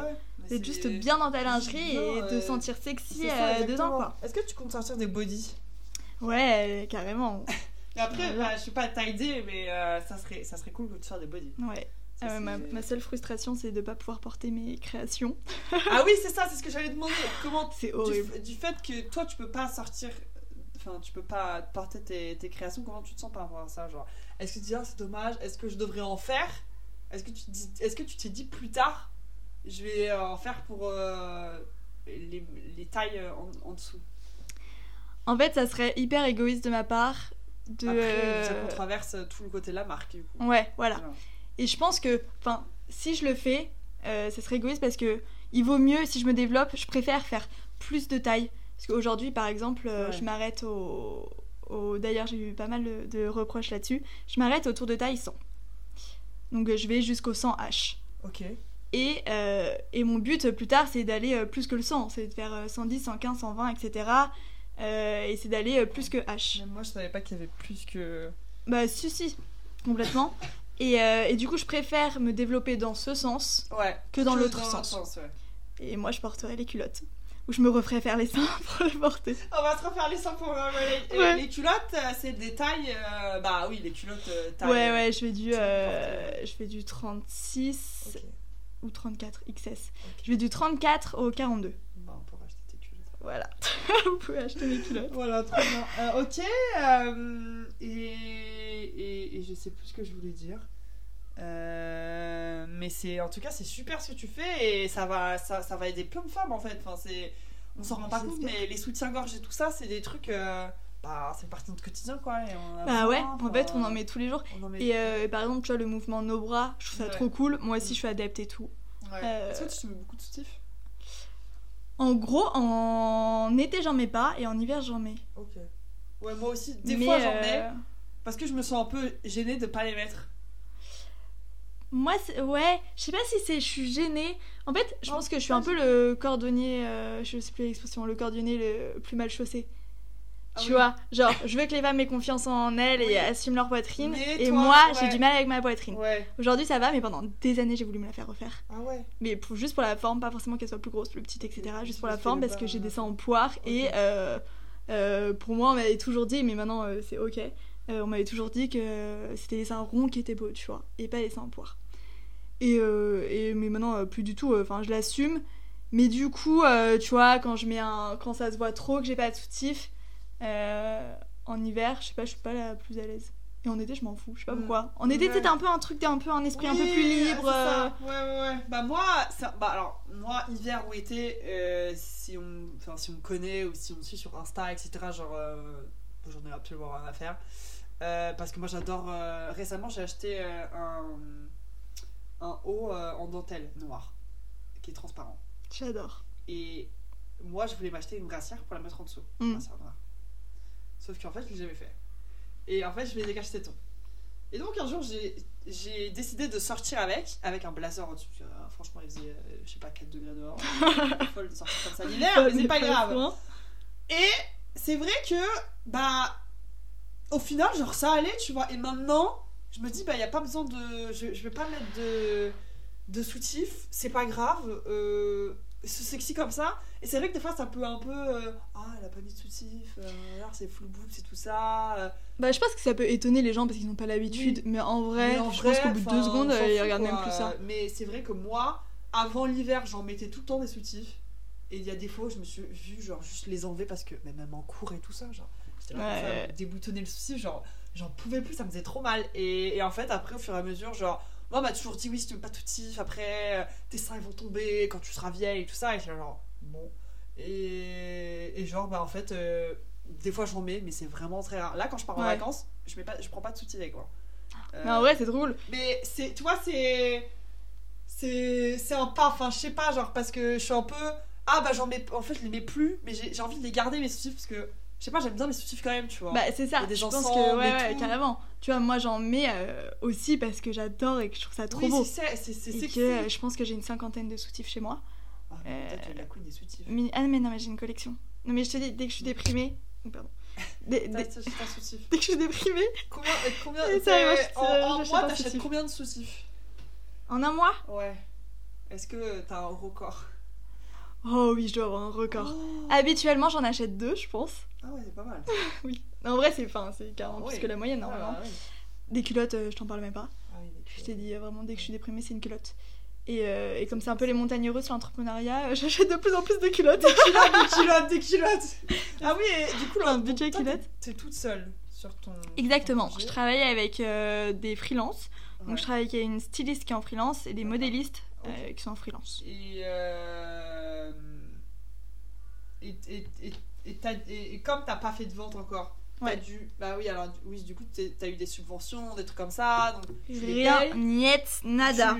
d'être juste bien dans ta lingerie bien, et de sentir sexy c'est ça, dedans, exactement. quoi. Est-ce que tu comptes sortir des bodys? Ouais, carrément. Et après, Voilà. je suis pas taille mais ça serait cool de faire des bodys. Ouais. Ça, c'est- Ma seule frustration, c'est de pas pouvoir porter mes créations. Ah oui, c'est ça, c'est ce que j'allais demander. Comment C'est horrible. du fait que toi, tu peux pas sortir, enfin, tu peux pas porter tes créations, comment tu te sens par rapport à ça, genre, est-ce que tu te dis, ah, c'est dommage, est-ce que je devrais en faire? Est-ce que tu t'es dit plus tard, je vais en faire pour les tailles en dessous? En fait, ça serait hyper égoïste de ma part de... Après, ça controverse tout le côté de la marque, du coup. Ouais, voilà. Genre. Et je pense que, enfin, si je le fais, ça serait égoïste parce que il vaut mieux, si je me développe, je préfère faire plus de taille. Parce qu'aujourd'hui, par exemple, Ouais. je m'arrête D'ailleurs, j'ai eu pas mal de reproches là-dessus. Je m'arrête autour de taille 100. Donc, je vais jusqu'au 100H. Ok. Et mon but plus tard, c'est d'aller plus que le 100. C'est de faire 110, 115, 120, etc. Et c'est d'aller plus que H. Même moi, je savais pas qu'il y avait plus que... Bah, si, complètement. Et du coup, je préfère me développer dans ce sens Ouais. que dans l'autre dans sens. ouais. Et moi, je porterai les culottes. Ou je me referai faire les seins pour les porter. On va se refaire les seins pour Ouais. les culottes, c'est des tailles. Bah oui, les culottes taille. Ouais, je fais du 36 Ok. ou 34 XS. Je vais du 34 au 42. Bah, on pourra acheter tes culottes. Voilà. Vous pouvez acheter mes culottes. Voilà, trop bien. Ok. Et je sais plus ce que je voulais dire. Mais c'est en tout cas c'est super ce que tu fais et ça va aider plein de femmes en fait. Enfin, on s'en rend pas compte, J'espère. mais les soutiens-gorge et tout ça, c'est des trucs. Bah, c'est partie de notre quotidien quoi. Et on en a Bah ouais, besoin, en fait, enfin, on en met tous les jours. on en met- Et par exemple, tu vois, le mouvement No Bras, je trouve ça Ouais. trop cool. Moi aussi, je suis adepte et tout. Ouais. Est-ce que tu mets beaucoup de soutifs? En gros, en été, j'en mets pas et en hiver, j'en mets. Ok. Ouais, moi aussi, des Mais, fois j'en mets parce que je me sens un peu gênée de pas les mettre. Moi, ouais, je sais pas si je suis gênée. En fait, je Non, pense que je suis pas un peu le cordonnier, je sais plus l'expression, le cordonnier le plus mal chaussé. Ah Tu oui. vois, genre, je veux que les femmes aient confiance en elles Oui. et assument leur poitrine. Mais Et toi, moi, j'ai ouais. du mal avec ma poitrine. Ouais. Aujourd'hui, ça va, mais pendant des années, j'ai voulu me la faire refaire. Ah ouais. Mais juste pour la forme, pas forcément qu'elle soit plus grosse, plus petite, etc. Juste pour la Parce que forme, le parce que bas- j'ai des seins en poire. Ok. Et pour moi, on m'avait toujours dit, mais maintenant c'est ok, on m'avait toujours dit que c'était les seins ronds qui étaient beaux, tu vois, et pas les seins en poire. Mais maintenant, plus du tout, enfin, je l'assume. Mais du coup, tu vois, quand ça se voit trop que j'ai pas de soutif, en hiver, je sais pas, je suis pas la plus à l'aise. Et en été, je m'en fous, je sais pas Mm. pourquoi. En été, Ouais. c'était un peu un truc, un peu un esprit un peu Oui, plus libre. c'est ça. Ouais. Bah moi, alors moi hiver ou été, si on me connaît ou si on me suit sur Insta, etc. Genre, j'en ai absolument rien à faire. Parce que moi j'adore. Récemment, j'ai acheté un haut en dentelle noir qui est transparent. J'adore. Et moi, je voulais m'acheter une brassière pour la mettre en dessous. Mm. Une brassière noire. Sauf qu'en fait, je l'ai jamais fait. Et en fait, je m'ai dégagé tétons. Et donc, un jour, j'ai décidé de sortir avec un blazer au-dessus. Franchement, il faisait, je sais pas, 4 degrés dehors. C'est folle de sortir comme ça l'hiver, mais c'est pas grave. Et c'est vrai que, bah, au final, genre, ça allait, tu vois. Et maintenant, je me dis, bah, il n'y a pas besoin de. Je vais pas mettre de soutif, c'est pas grave. C'est sexy comme ça. Et c'est vrai que des fois, ça peut un peu. Ah, elle a pas mis de soutif, alors c'est full boob, c'est tout ça. Bah, je pense que ça peut étonner les gens parce qu'ils n'ont pas l'habitude, mais en vrai, Mais en je vrai, pense qu'au bout de 2 enfin, secondes, on s'en ils fout, regardent quoi. même plus ça. Mais c'est vrai que moi, avant l'hiver, j'en mettais tout le temps des soutifs. Et il y a des fois où je me suis vue, genre, juste les enlever parce que, mais même en cours et tout ça, genre, j'étais là comme Ouais. ça, déboutonner le soutif, genre, j'en pouvais plus, ça me faisait trop mal. Et en fait, après, au fur et à mesure, genre, moi, on m'a toujours dit, oui, si tu mets pas de soutif, après, tes seins ils vont tomber quand tu seras vieille et tout ça. Et j'étais là, genre, bon. Et genre, bah, en fait, des fois, j'en mets, mais c'est vraiment très rare. Là, quand je pars en Ouais. vacances, je prends pas de soutif avec moi. Mais en vrai, c'est drôle. Mais c'est, tu vois, c'est un pas, enfin, je sais pas, genre, parce que je suis un peu. Ah, bah, j'en mets. En fait, je les mets plus, mais j'ai envie de les garder, mes soutifs, parce que, je sais pas, j'aime bien mes soutifs quand même, tu vois. Bah, c'est ça. Il y a des Je pense ensembles que, et ouais, tout. carrément. Tu vois, moi, j'en mets aussi parce que j'adore et que je trouve ça trop oui, beau. c'est Et sexy. que je pense que j'ai une 50aine de soutifs chez moi. Ah, mais peut-être la queen des soutifs. Ah, mais non, mais j'ai une collection. Non, mais je te dis, dès que je suis déprimée. Oh, pardon. Dès T'as un soutif. que je suis déprimée. Combien Et ça, moi, en j'achète mois, un t'achètes soutif. combien de soutifs? En un mois, Ouais. Est-ce que t'as un record? Oh oui, je dois avoir un record. Habituellement, j'en achète 2, je pense. Ah ouais, c'est pas mal. Oui. En vrai, c'est carrément plus oui. que la moyenne, normalement. Ah, oui. Des culottes, je t'en parle même pas. Ah oui, Je t'ai dit, vraiment, dès que je suis déprimée, c'est une culotte. Et comme c'est un peu les montagnes russes, l'entrepreneuriat, j'achète de plus en plus de culottes. Des culottes. Ah oui, et du coup, Un budget culotte. T'es toute seule sur ton... Exactement. Ton Je projet. travaille avec des freelances. Ouais. Donc je travaille avec une styliste qui est en freelance et des D'accord. modélistes Ok. qui sont en freelance. Et comme t'as pas fait de vente encore, Ouais. t'as dû... Bah oui, alors oui, du coup, t'as eu des subventions, des trucs comme ça, donc tu les Rien, payes. niet, nada.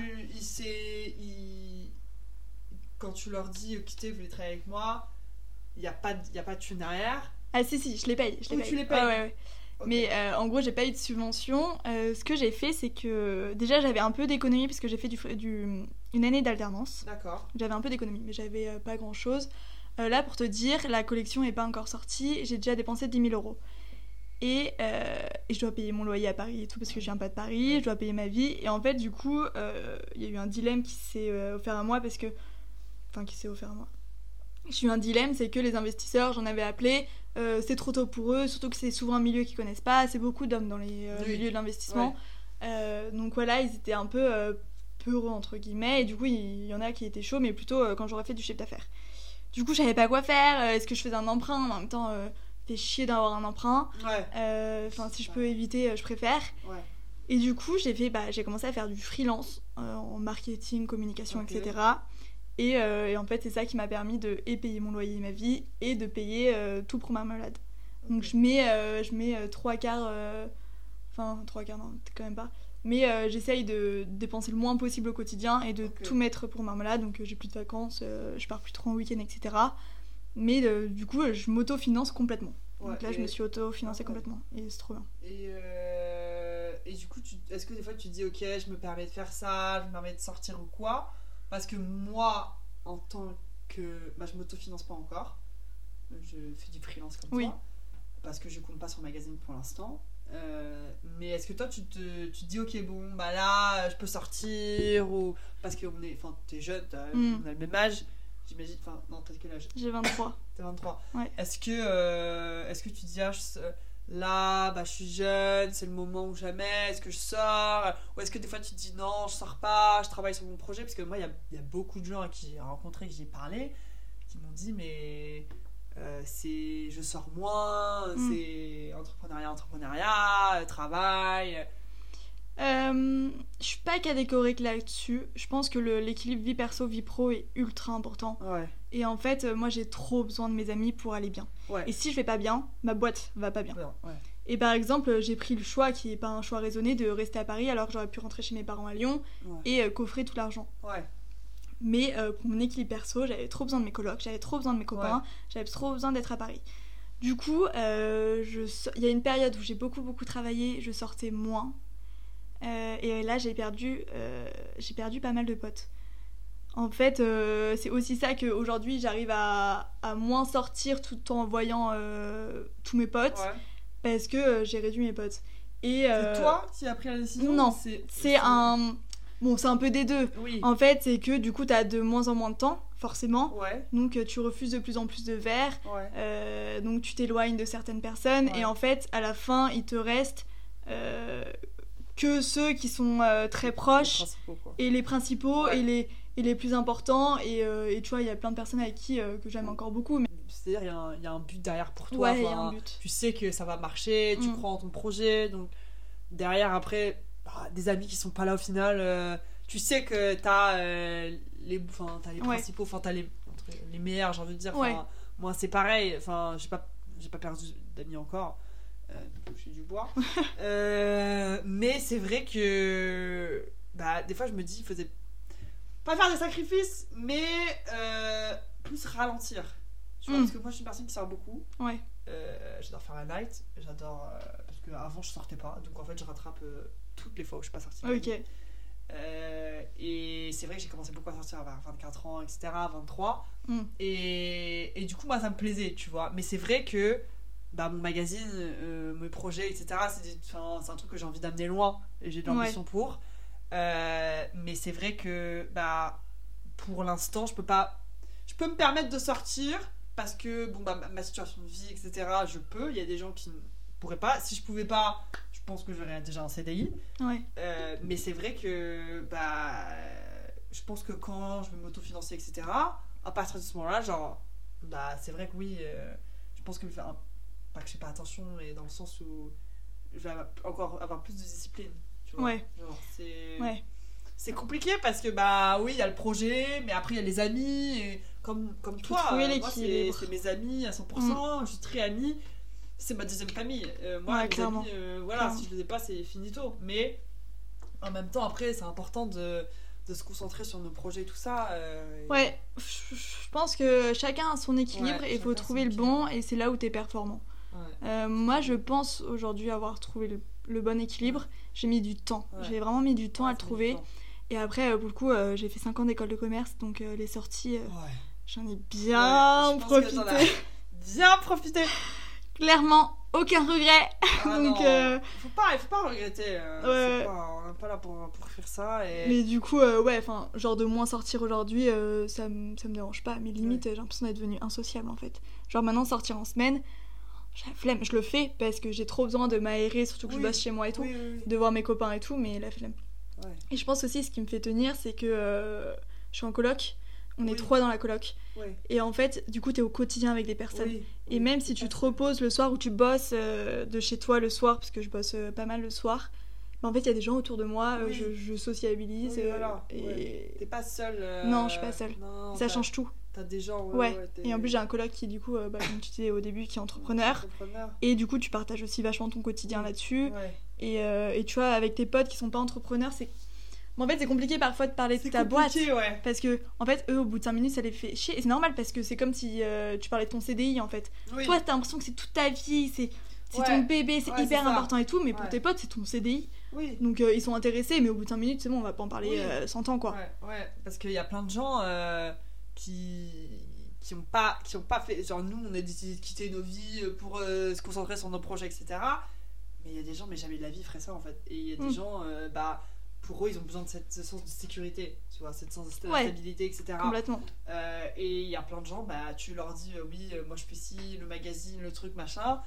Quand tu leur dis, écoutez, vous voulez travailler avec moi, il n'y a pas de thune derrière. Ah si, je les paye. Oui, tu les payes. Ah, ouais. Ok. Mais en gros, j'ai pas eu de subvention. Ce que j'ai fait, c'est que déjà j'avais un peu d'économie parce que j'ai fait une année d'alternance. D'accord. J'avais un peu d'économie, mais j'avais pas grand chose. Là, pour te dire, la collection est pas encore sortie. J'ai déjà dépensé 10 000 euros. Et je dois payer mon loyer à Paris et tout parce que je viens pas de Paris. Je dois payer ma vie. Et en fait, du coup, il y a eu un dilemme qui s'est offert à moi parce que. Enfin, qui s'est offert à moi. J'ai eu un dilemme, c'est que les investisseurs, j'en avais appelé, c'est trop tôt pour eux, surtout que c'est souvent un milieu qu'ils connaissent pas, c'est beaucoup d'hommes dans les Oui. milieux de l'investissement. Donc voilà, ils étaient un peu peureux, entre guillemets, et du coup, il y en a qui étaient chauds, mais plutôt quand j'aurais fait du chiffre d'affaires. Du coup, je savais pas quoi faire, est-ce que je faisais un emprunt, en même temps, fait chier d'avoir un emprunt. Ouais. Enfin, si je peux éviter, je préfère. Ouais. Et du coup, j'ai commencé à faire du freelance en marketing, communication, Ok. etc. Et en fait, c'est ça qui m'a permis de payer mon loyer et ma vie et de payer tout pour Marmelade. Donc je mets 3 quarts, enfin 3 quarts non, quand même pas. Mais j'essaye de dépenser le moins possible au quotidien et de Ok. tout mettre pour Marmelade. Donc j'ai plus de vacances, je pars plus trop en week-end, etc. Mais du coup, je m'auto-finance complètement. Ouais, Donc là, je me suis auto-financée Ah ouais. complètement. Et c'est trop bien. Et du coup, est-ce que des fois tu te dis, ok, je me permets de faire ça, je me permets de sortir ou quoi? Parce que moi, en tant que... Bah, je m'autofinance pas encore. Je fais du freelance comme Oui. toi. Parce que je compte pas sur magazine pour l'instant. Mais est-ce que toi, tu te dis, ok, bon, bah là, je peux sortir ou... Parce que t'es jeune, on a le même âge. J'imagine... Enfin, non, t'as quel âge? J'ai 23. T'es 23. Ouais. Est-ce que tu te dis, là, bah, je suis jeune, c'est le moment ou jamais, est-ce que je sors? Ou est-ce que des fois tu te dis, non, je sors pas, je travaille sur mon projet? Parce que moi, il y a beaucoup de gens à qui j'ai rencontré, que j'ai parlé, qui m'ont dit, mais je sors moins, c'est entrepreneuriat, travail. Je suis pas catégorique là-dessus. Je pense que l'équilibre vie perso, vie pro est ultra important. Ouais. Et en fait, moi j'ai trop besoin de mes amis pour aller bien. Ouais. Et si je vais pas bien, ma boîte va pas bien. Ouais. Et par exemple, j'ai pris le choix, qui est pas un choix raisonné, de rester à Paris alors que j'aurais pu rentrer chez mes parents à Lyon Ouais. et coffrer tout l'argent. Ouais. Mais pour mon équilibre perso, j'avais trop besoin de mes colocs, j'avais trop besoin de mes copains, j'avais trop besoin d'être à Paris. Du coup, il y a une période où j'ai beaucoup travaillé, je sortais moins. Et là, j'ai perdu pas mal de potes. En fait, c'est aussi ça qu'aujourd'hui, j'arrive à moins sortir tout en voyant tous mes potes, Ouais. parce que j'ai réduit mes potes. Et, C'est toi qui as pris la décision? Non, ou c'est un... Bon, c'est un peu des deux. Oui. En fait, c'est que du coup, t'as de moins en moins de temps, forcément. Ouais. Donc, tu refuses de plus en plus de verres. Ouais. Donc, tu t'éloignes de certaines personnes. Ouais. Et en fait, à la fin, il te reste que ceux qui sont très proches. Les principaux, quoi. Et les principaux Ouais. et les plus importants. Et tu vois, il y a plein de personnes avec qui que j'aime encore beaucoup. Mais... C'est-à-dire, il y a un but derrière pour toi. Ouais, il y a enfin, un but. Tu sais que ça va marcher, tu crois en ton projet. Donc, derrière, après, des amis qui sont pas là au final, tu sais que t'as les principaux, enfin, t'as les meilleurs, j'ai envie de dire. Ouais. Enfin, moi, c'est pareil. Enfin, j'ai pas perdu d'amis encore. Je suis du bois. Mais c'est vrai que des fois, je me dis, il faisait pas faire des sacrifices, mais plus ralentir. Tu vois, parce que moi, je suis une personne qui sort beaucoup. Ouais. J'adore faire la night. J'adore. Parce qu'avant, je sortais pas. Donc, en fait, je rattrape toutes les fois où je suis pas sortie. Ok. Et c'est vrai que j'ai commencé beaucoup à sortir vers 24 ans, etc., 23. Mm. Et du coup, moi, ça me plaisait, tu vois. Mais c'est vrai que mon magazine, mes projets, etc., c'est un truc que j'ai envie d'amener loin. Et j'ai de l'ambition pour. Mais c'est vrai que, pour l'instant, je peux pas je peux me permettre de sortir parce que bon bah ma situation de vie, etc. Je peux. Il y a des gens qui ne pourraient pas. Si je pouvais pas, je pense que j'aurais déjà un CDI. Ouais. Mais c'est vrai que bah je pense que quand je vais m'autofinancer, etc. À partir de ce moment-là, genre bah c'est vrai que oui, je pense que pas que je fais pas attention, mais dans le sens où je vais encore avoir plus de discipline. Tu vois. Ouais. Genre, Ouais. c'est compliqué parce que bah oui, il y a le projet, mais après il y a les amis, et comme faut toi, trouver moi l'équilibre. c'est mes amis à 100%, je suis très amie, c'est ma deuxième famille. Moi, Ouais, mes clairement. amis, voilà, Clairement. si je les ai pas, c'est finito. Mais en même temps, après, c'est important de se concentrer sur nos projets et tout ça. Ouais, je pense que chacun a son équilibre Ouais, et il faut chacun trouver son le bon et c'est là où t'es performant. Ouais. Moi, je pense aujourd'hui avoir trouvé le bon équilibre. J'ai mis du temps. Ouais. J'ai vraiment mis du temps Ouais, à le ça met trouver. du temps. Et après, pour le coup, j'ai fait 5 ans d'école de commerce, donc les sorties, Ouais. j'en ai bien Ouais, je pense que t'en profité. as bien profité. Clairement, aucun regret. Ah Donc, non, faut pas regretter. Ouais. On n'est pas là pour faire ça. Et... Mais du coup, ouais, enfin, genre de moins sortir aujourd'hui, ça me dérange pas. Mais limite, j'ai l'impression d'être devenue insociable en fait. Genre maintenant, sortir en semaine, j'ai la flemme. Je le fais parce que j'ai trop besoin de m'aérer, surtout que je Oui. bosse chez moi et tout, Oui, oui, oui. de voir mes copains et tout, mais la flemme. Ouais. Et je pense aussi, ce qui me fait tenir, c'est que je suis en coloc. On est Oui. 3 dans la coloc. Ouais. Et en fait, du coup, t'es au quotidien avec des personnes. Oui. Et Oui. même si tu te reposes le soir ou tu bosses de chez toi le soir, parce que je bosse pas mal le soir, bah en fait, il y a des gens autour de moi, Oui. je sociabilise. Oui, voilà. Et Ouais. T'es pas seule. Non, je suis pas seule. Non, ça change tout. T'as des gens. Ouais. Et en plus, j'ai un coloc qui, du coup, comme tu disais au début, qui est entrepreneur. Et du coup, tu partages aussi vachement ton quotidien là-dessus. Ouais. Et tu vois, avec tes potes qui sont pas entrepreneurs, c'est. Mais en fait, c'est compliqué parfois de parler de ta boîte. Ouais. Parce que, en fait, eux, au bout de 5 minutes, ça les fait chier. Et c'est normal parce que c'est comme si tu parlais de ton CDI, en fait. Oui. Toi, t'as l'impression que c'est toute ta vie, c'est Ouais. ton bébé, c'est Ouais, hyper c'est ça. important et tout. Mais pour Ouais. tes potes, c'est ton CDI. Oui. Donc, ils sont intéressés, mais au bout de 5 minutes, c'est bon, on va pas en parler Oui. 100 ans, quoi. Ouais. Parce qu'il y a plein de gens qui ont pas fait. Genre, nous, on a décidé de quitter nos vies pour se concentrer sur nos projets, etc. Mais il y a des gens, mais jamais de la vie ferait ça, en fait. Et il y a des gens, bah. Pour eux, ils ont besoin de ce sens de sécurité, tu vois, cette sens de stabilité, etc. Complètement. Et il y a plein de gens, bah, tu leur dis oui, moi je fais ci, le magazine, le truc, machin.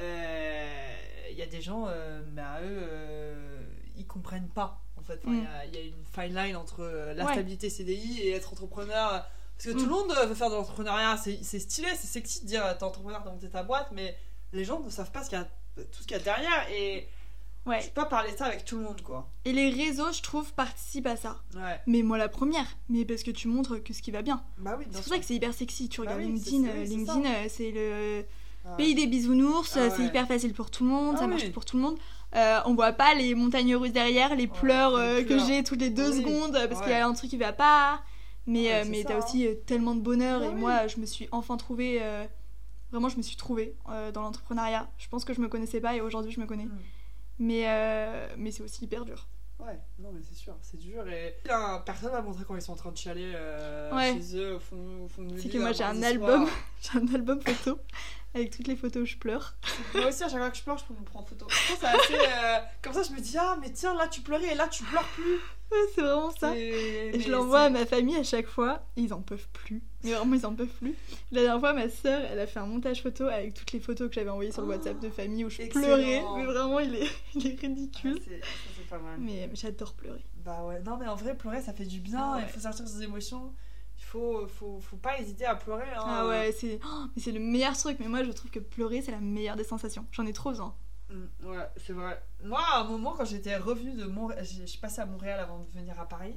Il y a des gens, bah, eux, ils comprennent pas, en fait. Enfin, il y a une fine line entre la stabilité CDI et être entrepreneur. Parce que tout le monde veut faire de l'entrepreneuriat, c'est stylé, c'est sexy de dire t'es entrepreneur, t'as monté ta boîte, mais les gens ne savent pas tout ce qu'il y a derrière. Et. Ouais. Je peux pas parler de ça avec tout le monde, quoi. Et les réseaux, je trouve, participent à ça. Ouais. Mais moi, la première. Mais parce que tu montres que ce qui va bien. Bah oui, c'est pour ça que c'est hyper sexy. Tu regardes oui, LinkedIn, c'est le Ouais. pays des bisounours. Ah c'est ouais. hyper facile pour tout le monde. Ah ça oui. marche pour tout le monde. On voit pas les montagnes russes derrière, les pleurs les que pleurs. j'ai toutes les 2 Oui. secondes parce qu'il y Ouais. a un truc qui va pas. Mais, Ouais, c'est mais ça, t'as aussi tellement de bonheur. Ah et oui. moi, je me suis enfin trouvée. Vraiment, je me suis trouvée dans l'entrepreneuriat. Je pense que je me connaissais pas et aujourd'hui, je me connais. Mais c'est aussi hyper dur. Ouais, non mais c'est sûr, c'est dur et personne m'a montré quand ils sont en train de chialer Ouais. chez eux au fond de C'est lit, que moi un j'ai un mardi album, soir. j'ai un album photo avec toutes les photos où je pleure. Moi aussi à chaque fois que je pleure je peux me prendre en photo. Je pense que c'est assez comme ça je me dis ah mais tiens là tu pleurais et là tu pleures plus. Ouais, c'est vraiment ça. Et je l'envoie à ma famille à chaque fois et ils en peuvent plus. Mais vraiment ils en peuvent plus. La dernière fois ma soeur elle a fait un montage photo avec toutes les photos que j'avais envoyées sur le WhatsApp de famille où je excellent. pleurais. Mais vraiment il est ridicule. Ça c'est pas mal. Mais j'adore pleurer. Bah ouais, non mais en vrai pleurer ça fait du bien, Ah ouais. il faut sortir ses émotions. Il faut pas hésiter à pleurer hein. Ah ouais, mais c'est le meilleur truc. Mais moi je trouve que pleurer c'est la meilleure des sensations. J'en ai trop besoin. Ouais, c'est vrai. Moi, à un moment, quand j'étais revenue de Montréal, je suis passée à Montréal avant de venir à Paris,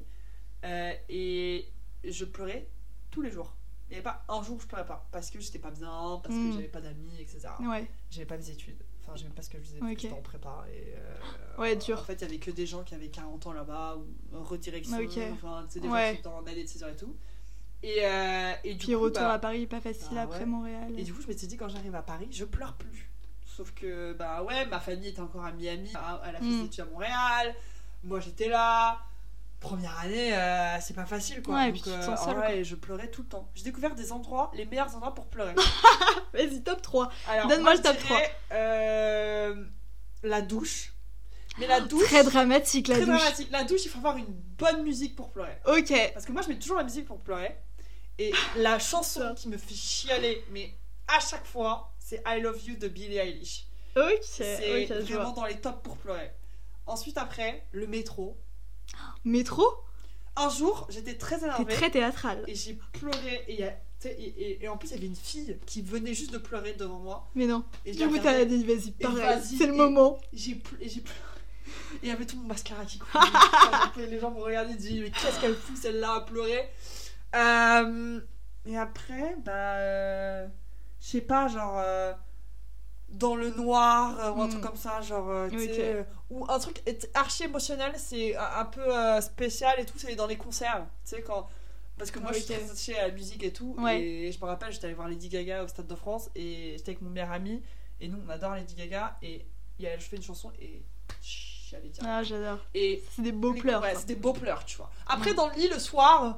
et je pleurais tous les jours. Il n'y avait pas un jour où je pleurais pas, parce que j'étais pas bien, parce que j'avais pas d'amis, etc. Ouais. J'avais pas mes études, enfin, j'aimais pas ce que je faisais, parce que j'étais en prépa. Et, ouais, dur. En fait, il y avait que des gens qui avaient 40 ans là-bas, ou en redirection, enfin, tu sais, des ouais. gens qui étaient en année de 6 heures et tout. Et du puis coup, retour à Paris, pas facile bah, après ouais. Montréal. Et du coup, je m'étais dit, quand j'arrive à Paris, je pleure plus. Sauf que, bah ouais, ma famille était encore à Miami, elle a fait ses études à Montréal, moi j'étais là. Première année, c'est pas facile quoi. Ouais, et donc, puis tu te sens seule, et je pleurais tout le temps. J'ai découvert des endroits, les meilleurs endroits pour pleurer. Vas-y, top 3. Alors, donne-moi moi, le top je dirais, la douche. Mais la douche. Très dramatique la très douche. dramatique. La douche, il faut avoir une bonne musique pour pleurer. Ok. Parce que moi, je mets toujours la musique pour pleurer. Et la chanson qui me fait chialer, mais à chaque fois, c'est I Love You de Billie Eilish. Ok, C'est je vois. vraiment dans les tops pour pleurer. Ensuite, après, le métro. Métro, Un jour, j'étais très t'es énervée très théâtral. et j'ai pleuré. Et, et en plus, il y avait une fille qui venait juste de pleurer devant moi. Mais non. Et je Du l'ai coup, t'as regardée, dit, vas-y, pareil, vas-y, c'est le et- moment. j'ai pleuré. Et il y avait tout mon mascara qui coulait. Putain, les gens me regardaient et disaient, mais qu'est-ce qu'elle fout celle-là à pleurer. Et après, je sais pas, genre. Dans le noir ou un truc comme ça, genre. Tu sais, Ok. ou un truc archi émotionnel, c'est un peu spécial et tout, c'est dans les concerts. Tu sais, quand. Parce que moi, je suis Ok. très attachée à la musique et tout. Ouais. Et je me rappelle, j'étais allée voir Lady Gaga au Stade de France et j'étais avec mon meilleur ami. Et nous, on adore Lady Gaga. Et je fais une chanson et j'allais dire. Ah, j'adore. Et C'est des beaux pleurs. ouais, ça. c'est des beaux pleurs, tu vois. Après, dans le lit le soir,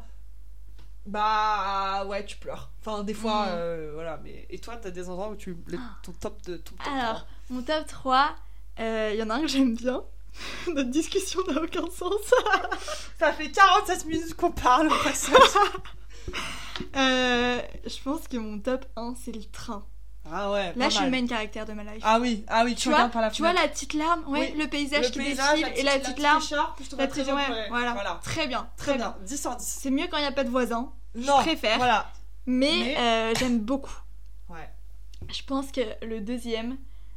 bah ouais, tu pleures. Enfin, des fois, voilà. Mais et toi, t'as des endroits où ton top de ton top Alors, mon top 3, il y en a un que j'aime bien. Notre discussion n'a aucun sens. 3. Ça fait 47 minutes qu'on parle au passage. Je pense que mon top 1, c'est le train. Ah ouais. Là, pas je suis le mal. main caractère de ma life. Ah oui, tu regardes par la tu vois fenêtre. la petite larme, ouais, Oui. le paysage qui paysage, défile et la petite larme. écharpe, je te vois La très petite, bien ouais, pleurer. voilà. Très bien, Très bien. 10 sur 10. C'est mieux quand il n'y a pas de voisins, Non, préfère. Voilà. mais j'aime beaucoup. Ouais. Je pense que le deuxième,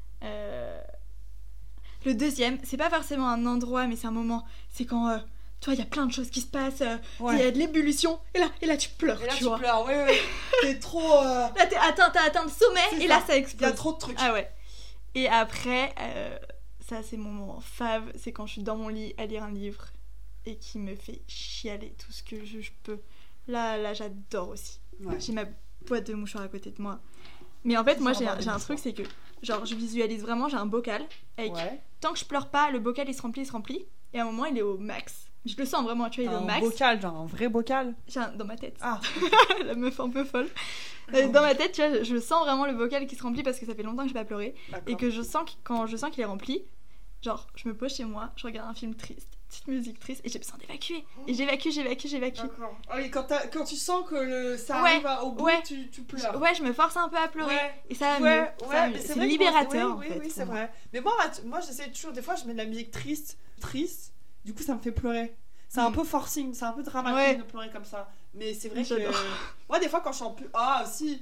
c'est pas forcément un endroit, mais c'est un moment. C'est quand, toi, il y a plein de choses qui se passent, il y a de l'ébullition, et là tu pleures, Et là, tu tu vois. pleures. Oui. T'es trop. Là, t'as atteint le sommet, C'est et ça. là, ça Il y explose. a trop de trucs. Ah ouais. Et après, ça c'est mon moment fave, c'est quand je suis dans mon lit à lire un livre et qui me fait chialer tout ce que je peux. Là j'adore aussi. Ouais. J'ai ma boîte de mouchoirs à côté de moi. Mais en fait, moi j'ai avoir des un truc, c'est que genre je visualise vraiment, j'ai un bocal avec Ouais. tant que je pleure pas, le bocal il se remplit et à un moment il est au max. Je le sens vraiment, tu vois, il est au Un max. bocal, genre un vrai bocal. Dans ma tête. Ah. La meuf un peu folle. Dans ma tête, tu vois, je sens vraiment le bocal qui se remplit parce que ça fait longtemps que j'ai pas pleuré. D'accord. Et que quand je sens qu'il est rempli, genre je me pose chez moi, je regarde un film triste, petite musique triste et j'ai besoin d'évacuer. Et j'évacue. D'accord. Ah oui, quand tu sens que ça Ouais, arrive au bout, ouais. tu pleures. Ouais, je me force un peu à pleurer. Ouais. Et ça va Ouais, mieux. ça va mieux. mais C'est vrai que libérateur moi, en oui, fait. oui, c'est pour moi. vrai. Mais moi j'essaie toujours, des fois, je mets de la musique triste. Du coup, ça me fait pleurer. C'est un peu forcing, c'est un peu dramatique Ouais. de pleurer comme ça. Mais c'est vrai que. J'adore. Moi, des fois, quand je suis en plus. Ah, aussi.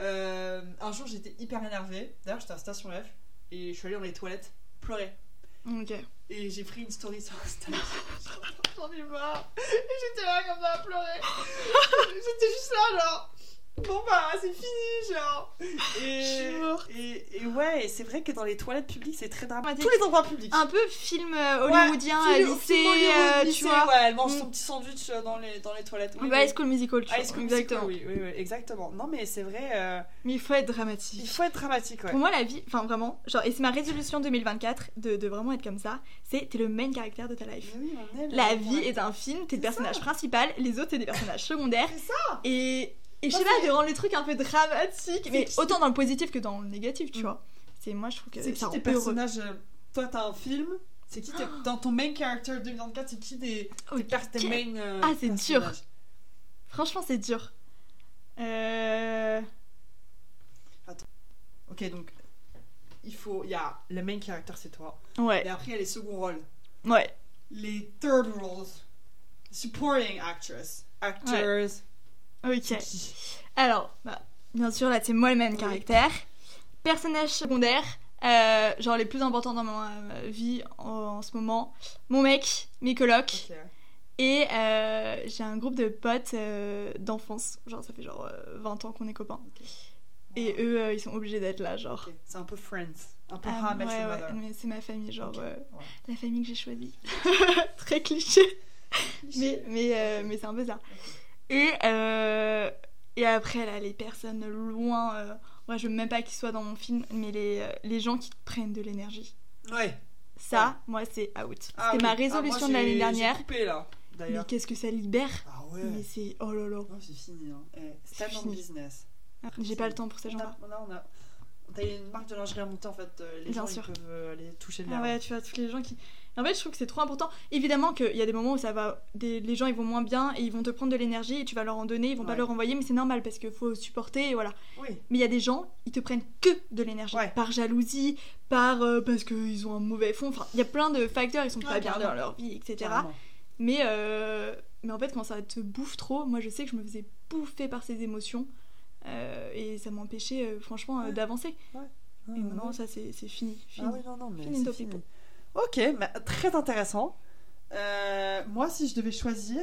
Un jour, j'étais hyper énervée. D'ailleurs, j'étais à Station F. Et je suis allée dans les toilettes pleurer. Ok. Et j'ai pris une story sur Instagram. J'en ai marre. Et j'étais là comme ça à pleurer. J'étais juste là, genre. Bon bah c'est fini, genre. Je suis morte. Et ouais, et c'est vrai que dans les toilettes publiques, c'est très dramatique. Ouais, Tous les endroits publics. Un peu film hollywoodien, Ouais, lycée, film Hollywood, tu lycée, vois. ouais, elle mange Mm. son petit sandwich dans les toilettes. Oui, Bah, oui. High School Musical, tu vois. High School Exactement. Musical, oui, exactement. Non mais c'est vrai, Mais il faut être dramatique. il faut être dramatique, ouais. Pour moi, la vie, enfin vraiment, genre, et c'est ma résolution 2024 de vraiment être comme ça, c'est t'es le main caractère de ta life. Mais oui, on aime La les vie gens. est un film, t'es le C'est personnage ça. principal, les autres, t'es des personnages secondaires. C'est ça. Et je sais Non, pas, c'est- de rendre le truc un peu dramatique, mais qui- autant dans le positif que dans le négatif, tu Mm. vois. Moi, je trouve que C'est qui ça rend tes heureux. personnages Toi, t'as un film. C'est qui dans ton main character 2024, c'est qui tes Ok. main Ah, c'est dur. personnages? Franchement, c'est dur. Ok, donc il y a le main character, c'est toi. Ouais, Et après, il y a les seconds rôles. ouais. Les third roles. Supporting actors. Ok. C'est qui? Alors, bien sûr, là, c'est moi le même Oui. caractère. Personnage secondaire, genre les plus importants dans ma vie en ce moment. Mon mec, mes colocs. Ok. Et j'ai un groupe de potes d'enfance. Genre, ça fait genre 20 ans qu'on est copains. Ok. Et eux, ils sont obligés d'être là, genre. Ok. C'est un peu Friends. Un peu Ah, How I Met ouais, Your ouais, Mother. mais c'est ma famille, genre Ok, ouais. la famille que j'ai choisie. Très cliché. Mais c'est un peu ça. Et après, là, les personnes loin, moi je veux même pas qu'ils soient dans mon film, mais les gens qui te prennent de l'énergie. Ouais. Ça, moi, c'est out. Ah C'était oui. ma Ah, résolution moi, de l'année j'ai dernière. coupé là, Mais d'ailleurs. qu'est-ce que ça libère. Ah ouais. Mais c'est. Oh là là. Non, c'est fini. Hein. C'est Stand on fini. business. J'ai pas le temps pour ces gens-là. T'as une marque de lingerie à monter en fait. Les Bien gens sûr. ils peuvent aller toucher de Ah l'air. ouais, tu vois, tous les gens qui. En fait, je trouve que c'est trop important. Évidemment qu'il y a des moments où les gens ils vont moins bien et ils vont te prendre de l'énergie et tu vas leur en donner, ils vont pas leur envoyer, mais c'est normal parce qu'il faut supporter et voilà. Oui. Mais il y a des gens, ils te prennent que de l'énergie, par jalousie, parce qu'ils ont un mauvais fond. Enfin, il y a plein de facteurs, ils sont pas bien dans leur vie, etc. Carrément. Mais en fait, quand ça te bouffe trop, moi je sais que je me faisais bouffer par ces émotions et ça m'empêchait franchement d'avancer. Ouais. Et maintenant, ça c'est fini. Ah oui, non, mais fini c'est fini. Ok, bah, très intéressant. Moi, si je devais choisir,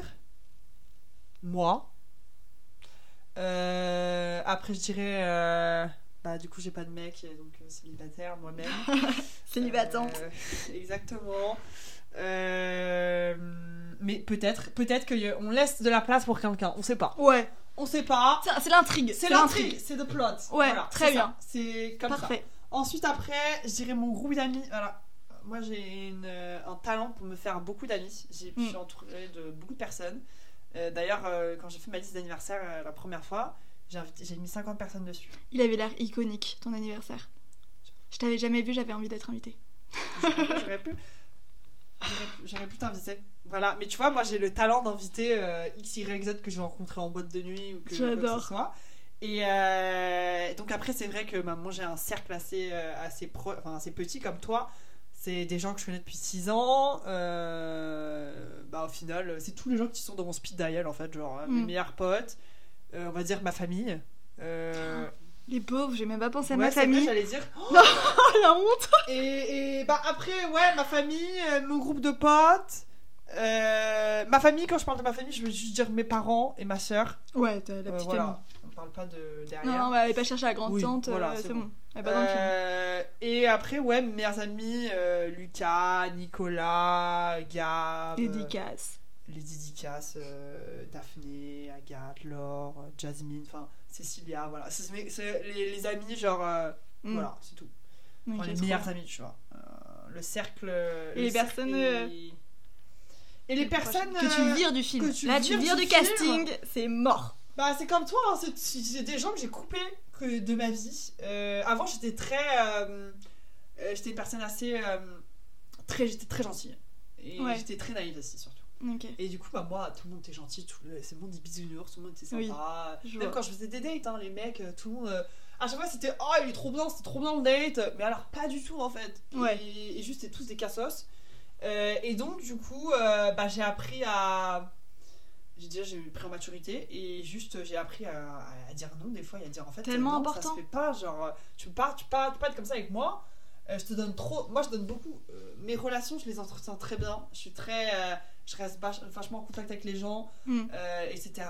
après je dirais, du coup j'ai pas de mec, donc célibataire moi-même. Célibatant. Exactement. Mais peut-être qu'on laisse de la place pour quelqu'un, on sait pas. Ouais. On sait pas. C'est l'intrigue. C'est l'intrigue, c'est the plot. Ouais, voilà, très bien. Ça. C'est comme Parfait. ça. Ensuite, après, je dirais mon groupe d'amis. Voilà. Moi, j'ai un talent pour me faire beaucoup d'amis. Je suis entourée de beaucoup de personnes. D'ailleurs, quand j'ai fait ma liste d'anniversaire la première fois, j'ai mis 50 personnes dessus. Il avait l'air iconique, ton anniversaire. Je t'avais jamais vu, j'avais envie d'être invitée. J'aurais pu t'inviter. Voilà, mais tu vois, moi j'ai le talent d'inviter X, Y, Z que je vais rencontrer en boîte de nuit ou que quoi que ce soit. Et donc après, c'est vrai que moi j'ai un cercle assez petit comme toi. C'est des gens que je connais depuis 6 ans. Au final, c'est tous les gens qui sont dans mon speed dial en fait, genre mes meilleurs potes, on va dire ma famille. Les pauvres, j'ai même pas pensé à ma vrai, famille. J'allais dire. Oh la honte. Et après, ma famille, mon groupe de potes. Ma famille, quand je parle de ma famille, je veux juste dire mes parents et ma soeur. Ouais, t'as la petite famille. On parle pas de derrière. Non, allez pas chercher la grande tante, voilà, c'est bon. Elle est pas dans le film. Et après, mes meilleurs amis, Lucas, Nicolas, Gab. Dédicaces. Les dédicaces, Daphné, Agathe, Laure, Jasmine, enfin Cécilia, voilà. C'est les amis, genre, voilà, c'est tout. Enfin, les meilleurs amis, tu vois. Le cercle. Et les personnes. Et les personnes que tu vires du film. Là, tu vires du casting, c'est mort. Bah, c'est comme toi, hein, c'est des gens que j'ai coupés de ma vie. Avant, j'étais j'étais une personne assez. J'étais très gentille. Et j'étais très naïve aussi, surtout. Okay. Et du coup, moi, tout le monde était gentil, c'est le monde des bisounours, tout le monde était sympa. Même quand je faisais des dates, les mecs, tout le monde. À chaque fois, c'était il est trop bien, c'était trop bien le date. Mais alors, pas du tout en fait. Et juste, c'était tous des cassos. Et donc, du coup, j'ai appris à. J'ai pris en maturité et juste j'ai appris à dire non des fois et à dire en fait tellement non, important. Ça se fait pas, genre tu peux pas être comme ça avec moi. Je te donne trop, moi je donne beaucoup. Mes relations je les entretiens très bien. Je suis très, je reste vachement en contact avec les gens, etc.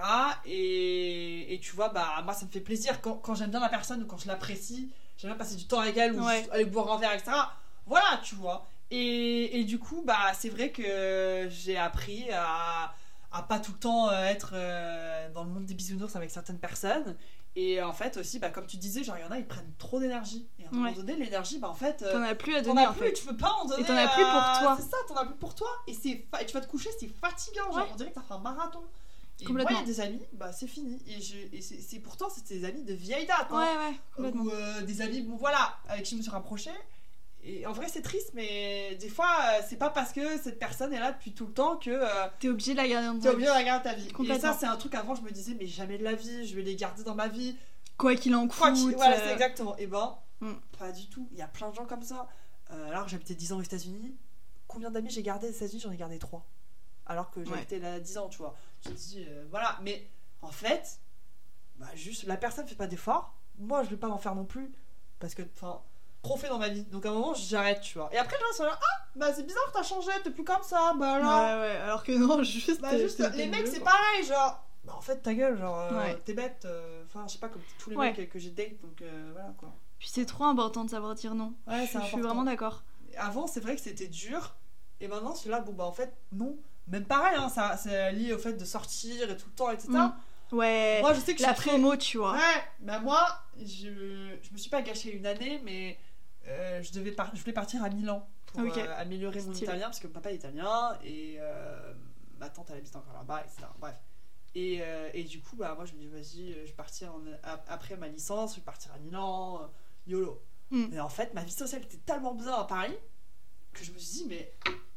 Et tu vois moi ça me fait plaisir quand j'aime bien la personne ou quand je l'apprécie, j'aime bien passer du temps avec elle ou aller boire un verre, etc. Voilà, tu vois. Et du coup c'est vrai que j'ai appris à pas tout le temps être dans le monde des bisounours avec certaines personnes. Et en fait aussi, comme tu disais, genre il y en a, ils prennent trop d'énergie. Et à un moment donné, l'énergie, en fait... t'en as plus à donner, en fait. Tu peux pas en donner. Et t'en as plus pour toi. C'est ça, t'en as plus pour toi. Et tu vas te coucher, c'est fatigant. Genre, on dirait que t'as fait un marathon. Et moi, il y a des amis, c'est fini. Et c'est pourtant, c'est des amis de vieille date. Ouais, complètement. Ou des amis, avec qui je me suis rapprochée. Et en vrai, c'est triste, mais des fois, c'est pas parce que cette personne est là depuis tout le temps que t'es obligé de la garder dans ta vie. Et ça, c'est un truc avant, je me disais, mais jamais de la vie, je vais les garder dans ma vie. Quoi qu'il en coûte. Voilà, c'est exactement. Et pas du tout. Il y a plein de gens comme ça. Alors, j'habitais 10 ans aux États-Unis. Combien d'amis j'ai gardé aux États-Unis? J'en ai gardé 3. Alors que j'habitais là 10 ans, tu vois. Je me dis, voilà. Mais en fait, juste, la personne fait pas d'effort. Moi, je vais pas en faire non plus. Parce que, trop fait dans ma vie, donc à un moment j'arrête, tu vois. Et après les gens sont là, c'est bizarre que t'as changé, t'es plus comme ça, là. Ouais, alors que non, juste les mecs c'est pareil, genre en fait ta gueule, genre t'es bête, je sais pas, comme tous les mecs que j'ai date, donc voilà quoi. Puis c'est trop important de savoir dire non. Je suis vraiment d'accord. Avant c'est vrai que c'était dur, et maintenant c'est là, en fait non, même pareil, ça c'est lié au fait de sortir et tout le temps, etc. Ouais, moi je sais que la promo, tu vois. Ouais, moi je me suis pas gâché une année, mais je voulais partir à Milan pour améliorer mon italien, parce que mon papa est italien et ma tante elle habite encore là-bas, etc. Bref. Et du coup, moi je me dis, vas-y, je vais partir après ma licence, je vais partir à Milan, YOLO. Et en fait, ma vie sociale était tellement bien à Paris que je me suis dit, mais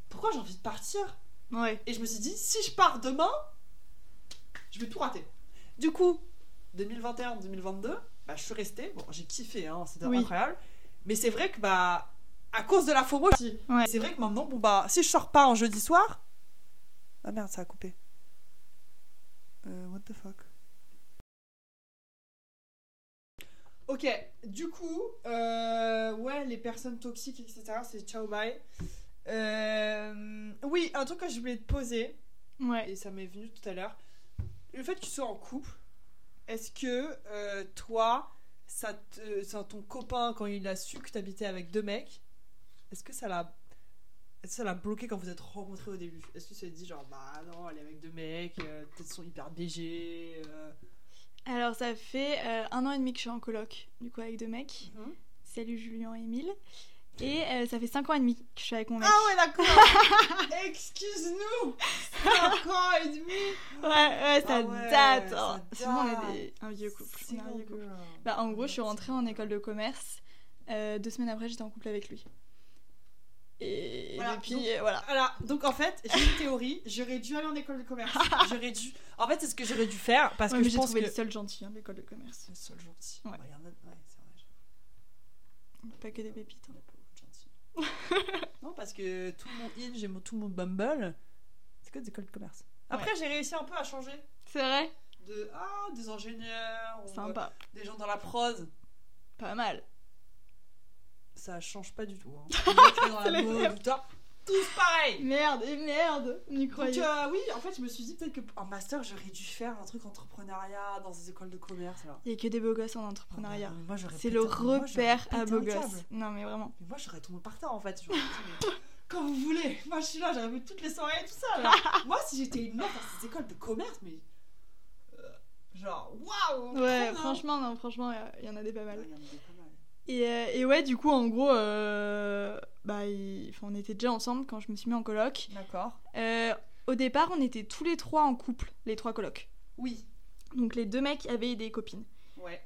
pourquoi j'ai envie de partir? Ouais. Et je me suis dit, si je pars demain, je vais tout rater. Du coup, 2021-2022, bah, je suis restée. Bon, j'ai kiffé, hein, c'était incroyable. Mais c'est vrai que, bah, à cause de la FOMO aussi. Ouais. C'est vrai que maintenant, bon, bah, si je sors pas un jeudi soir. Ah merde, ça a coupé. What the fuck? Ok, du coup, ouais, les personnes toxiques, etc., c'est ciao bye. Oui, un truc que je voulais te poser, Ouais. et ça m'est venu tout à l'heure, le fait que tu sois en couple, est-ce que toi, ton copain, quand il a su que tu habitais avec 2 mecs, est-ce que ça l'a bloqué quand vous êtes rencontrés au début? Est-ce que tu t'es dit genre, bah non, elle est avec 2 mecs, peut-être ils sont hyper BG Alors, ça fait 1 an et demi que je suis en coloc, du coup, avec 2 mecs. Salut Julien et Émile. Et ça fait 5 ans et demi que je suis avec mon mec. Ah ouais, d'accord. Excuse-nous. 5 ans et demi. Ouais, ça Ah ouais, date. ça Sinon, on date. est un vieux couple. C'est On est un vieux couple. long. Bah, en gros, je suis rentrée en école de commerce. 2 semaines après, j'étais en couple avec lui. Et Voilà, depuis, donc, voilà. Voilà, donc en fait, j'ai une théorie. J'aurais dû aller en école de commerce. J'aurais dû. En fait, c'est ce que j'aurais dû faire parce Ouais, que mais je j'ai pense trouvé que. le seul gentil, hein, l'école de commerce. Le seul gentil. Ouais. Bah, y en a. Ouais, c'est vrai. Pas que des pépites. Il y Hein. a pas beaucoup de gentils. Non, parce que tout mon Hinge et tout mon Bumble, c'est que des écoles de commerce. Après, j'ai réussi un peu à changer. C'est vrai? Des ingénieurs, ou, Sympa. des gens dans la prose. Pas mal. Ça change pas du tout. Hein. Les gens qui sont dans C'est la les mode, mêmes. tout ça, tous pareil. Merde, on y Donc croyait. oui, en fait, je me suis dit peut-être qu'en master, j'aurais dû faire un truc entrepreneuriat dans des écoles de commerce. Là. Il y a que des beaux gosses en entrepreneuriat. Mais moi, j'aurais C'est pété le moi, j'aurais repère pété à un beaux câble. gosses. Non, mais vraiment. Mais moi, j'aurais tombé par terre en fait. J'aurais dit, mais quand vous voulez, moi je suis là, j'aurais vu toutes les soirées et tout ça. Là. Moi, si j'étais une meuf dans ces écoles de commerce, mais. Genre, waouh! Ouais, trop franchement, il y en a des pas bien. mal. Ouais, il y en a des pas mal. Et ouais, du coup, en gros, on était déjà ensemble quand je me suis mis en coloc. D'accord. Au départ, on était tous les 3 en couple, les 3 colocs. Oui. Donc les 2 mecs avaient des copines. Ouais.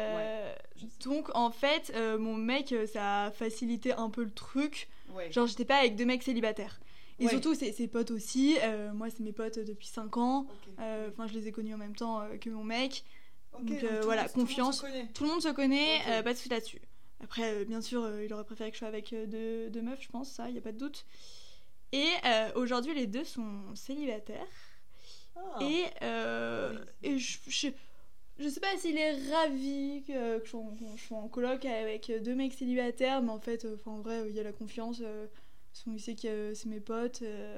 Donc en fait, mon mec, ça a facilité un peu le truc. Ouais. Genre, j'étais pas avec 2 mecs célibataires. Et Ouais. surtout, ses potes aussi. Moi, c'est mes potes depuis 5 ans. Ok. Enfin, je les ai connus en même temps que mon mec. Ok, donc, tout le voilà, monde- confiance. Tout le monde se connaît. Tout le monde se connaît, Ok. pas de soucis là-dessus. Après, bien sûr, il aurait préféré que je sois avec 2 meufs, je pense, ça, y a pas de doute. Et aujourd'hui, les 2 sont célibataires. Ah. Et, Oui. et je sais pas s'il est ravi que je sois en coloc avec 2 mecs célibataires, mais en fait, en vrai, il y a la confiance. Il sait que c'est mes potes.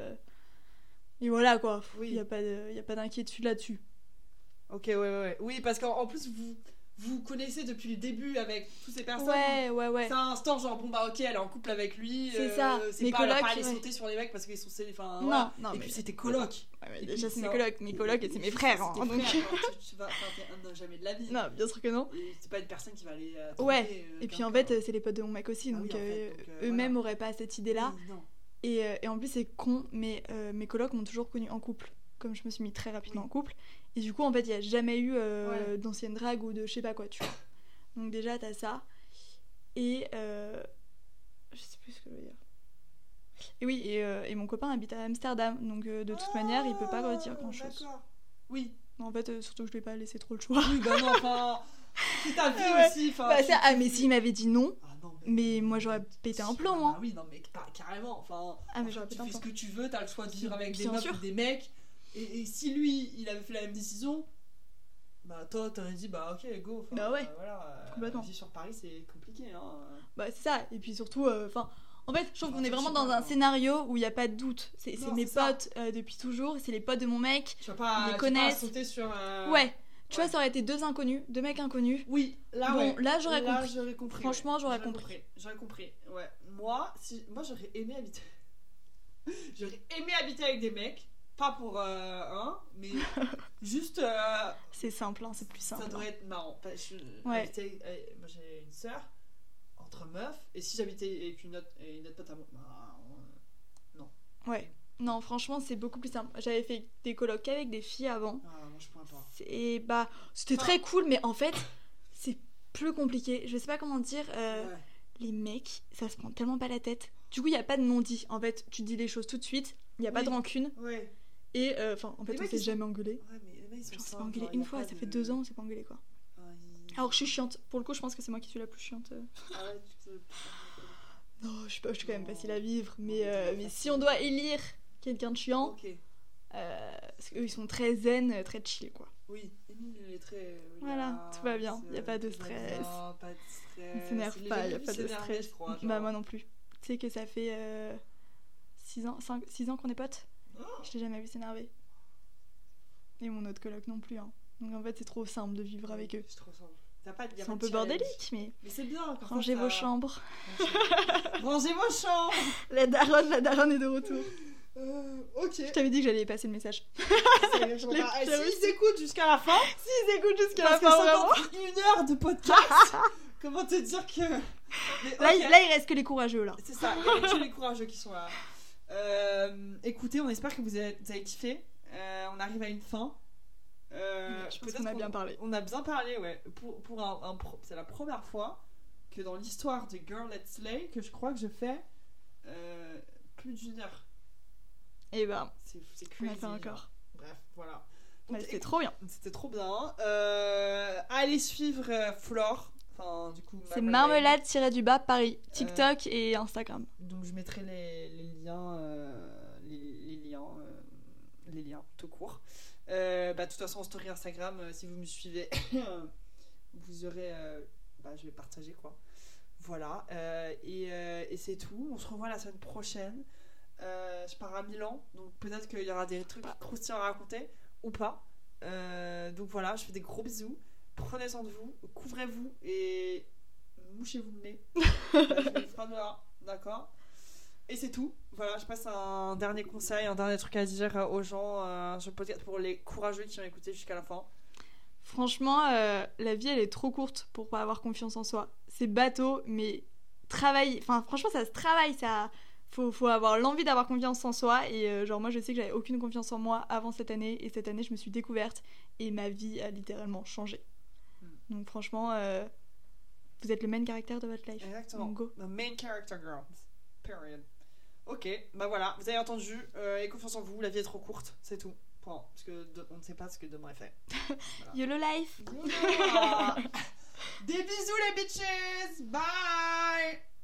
Et voilà quoi, Oui. il n'y a pas d'inquiétude là-dessus. Ok, ouais. Oui, parce qu'en plus, vous connaissez depuis le début avec toutes ces personnes. Ouais. C'est un instant genre, bon bah ok, elle est en couple avec lui. C'est ça. C'est Mes pas, elle va colocs, pas aller ouais. sauter sur les mecs parce qu'ils sont célibataires. Enfin, Non, voilà. non, Et mais- puis c'était coloc. Ouais, mais Et déjà, puis c'est ça- mes colocs et c'est mes frères. Hein, C'est tes donc... frères, genre, tu vas t'es un jamais de la vie. non, bien sûr que non. Et c'est pas une personne qui va aller. Ouais. tromper, Et puis quelqu'un. en fait, c'est les potes de mon mec aussi, Ah oui, donc en fait, donc, eux-mêmes voilà. auraient pas cette idée-là. Oui, non. Et en plus, c'est con, mais mes colocs m'ont toujours connue en couple. Comme je me suis mis très rapidement Oui. en couple. Et du coup, en fait, il n'y a jamais eu Ouais. d'ancienne drague ou de je sais pas quoi, tu vois. Donc déjà, t'as ça. Et je sais plus ce que je veux dire. Et oui, et mon copain habite à Amsterdam. Donc de toute manière, il peut pas redire grand-chose. D'accord. Oui. En fait, surtout que je lui ai pas laissé trop le choix. Oui, bah non, enfin. C'est ta vie Ouais. aussi. Enfin, Bah, tu- mais s'il m'avait dit non, Ah non, mais moi, j'aurais pété un plomb, hein. Ah oui, non, mais carrément. Enfin, Ah, mais j'aurais tu pété un fais ce plomb. que tu veux, t'as le choix de vivre avec des Bien meufs sûr. ou des mecs. Et si lui, il avait fait la même décision, bah toi, t'aurais dit, bah ok, go. Enfin, Bah ouais. Voilà, Complètement. vivre sur Paris, c'est compliqué. Hein. Bah, c'est ça. Et puis surtout, en fait, je trouve qu'on est je vraiment sais dans pas, un non. scénario où il n'y a pas de doute. C'est Non, mes c'est ça. potes depuis toujours, c'est les potes de mon mec. Tu vas pas, Ils les tu vas connaissent. pas sauter sur. Ouais, tu ouais. vois, ça aurait été 2 inconnus, 2 mecs inconnus. Oui, là, Bon, ouais. là, j'aurais compris. Franchement, Franchement, j'aurais compris. J'aurais compris. Ouais. Moi, j'aurais aimé habiter. J'aurais aimé habiter avec des mecs. Pas pour mais juste. C'est simple, hein, c'est plus simple. Ça devrait être marrant. Ouais. Moi, j'ai une sœur entre meufs. Et si j'habitais avec une autre pote à moi. Non. Ouais. Non, franchement, c'est beaucoup plus simple. J'avais fait des colocs avec des filles avant. Ah, moi, je pourrais pas. Et bah, c'était Enfin- très cool, mais en fait, c'est plus compliqué. Je sais pas comment dire. Ouais. Les mecs, ça se prend tellement pas la tête. Du coup, il n'y a pas de non-dit. En fait, tu dis les choses tout de suite, il n'y a pas de rancune. Ouais. Et en fait, on s'est jamais engueulé. Ouais, mais les mecs, ils sont Genre, c'est simples, pas engueulé genre, y une a fois, pas ça de- fait 2 ans, c'est pas engueulé quoi. Ouais, Alors, je suis chiante. Pour le coup, je pense que c'est moi qui suis la plus chiante. Ah ouais, tu te- Non, je suis quand même facile à vivre. Non, Mais, mais mais facile. si on doit élire quelqu'un de chiant, Ok. parce qu'eux, ils sont très zen, très chill quoi. Oui, Émile, il est très. Voilà, tout va bien, y a pas de tout va stress. bien, pas de stress. On s'énerve Il est pas, jamais y a venu pas de s'énerver, stress. je crois, genre. Bah, moi non plus. Tu sais que ça fait 6 ans qu'on est potes. Oh. Je t'ai jamais vu s'énerver. Et mon autre coloc non plus. Hein. Donc en fait, c'est trop simple de vivre avec eux. C'est trop simple. Y a pas de- y a C'est pas un de peu challenge. bordélique, mais Mais c'est bien. comme ça, rangez ça- vos chambres. Rangez vos chambres. La daronne est de retour. Ok. Je t'avais dit que j'allais passer le message. Je l'ai Ah, bien S'ils écoutent jusqu'à la fin, S'ils écoutent jusqu'à parce la que fin, vraiment. 51 heures de podcast, comment te dire que. Mais, Là, ok. il reste que les courageux là. C'est ça, il y a que les courageux qui sont là. Écoutez, on espère que vous avez kiffé. On arrive à une fin. Je pense peut-être qu'on a bien parlé. On a bien parlé, ouais. C'est la première fois que dans l'histoire de Girl Let's Slay que je crois que je fais plus d'1 heure. Et bah, C'est on crazy. a fait genre. encore. Bref, voilà. Ouais, Donc, c'était trop bien. C'était trop bien. Allez suivre Flore. Enfin, du coup, C'est Marmalade. marmelade-du-bas Paris. TikTok et Instagram. Donc je mettrai les liens, les liens tout court. De toute façon en story Instagram, si vous me suivez, vous aurez, je vais partager quoi. Voilà. Et c'est tout. On se revoit la semaine prochaine. Je pars à Milan, donc peut-être qu'il y aura des trucs croustillants à raconter ou pas. Donc voilà, je fais des gros bisous. Prenez soin de vous, couvrez-vous et mouchez-vous le nez. Je vais le faire dehors, d'accord. Et c'est tout. Voilà, je passe un dernier conseil, un dernier truc à dire aux gens sur le podcast pour les courageux qui ont écouté jusqu'à la fin. Franchement, la vie elle est trop courte pour pas avoir confiance en soi. C'est bateau, mais travailler. Enfin, franchement, ça se travaille. Ça, faut avoir l'envie d'avoir confiance en soi. Et genre, moi, je sais que j'avais aucune confiance en moi avant cette année. Et cette année, je me suis découverte et ma vie a littéralement changé. Donc, franchement, vous êtes le main character de votre life. Exactement. Donc, go. The main character girls. Period. Ok, bah voilà, vous avez entendu. Ayez confiance en vous, la vie est trop courte, c'est tout. Point. Parce que on ne sait pas ce que demain est fait. Voilà. YOLO life. Des bisous les bitches. Bye.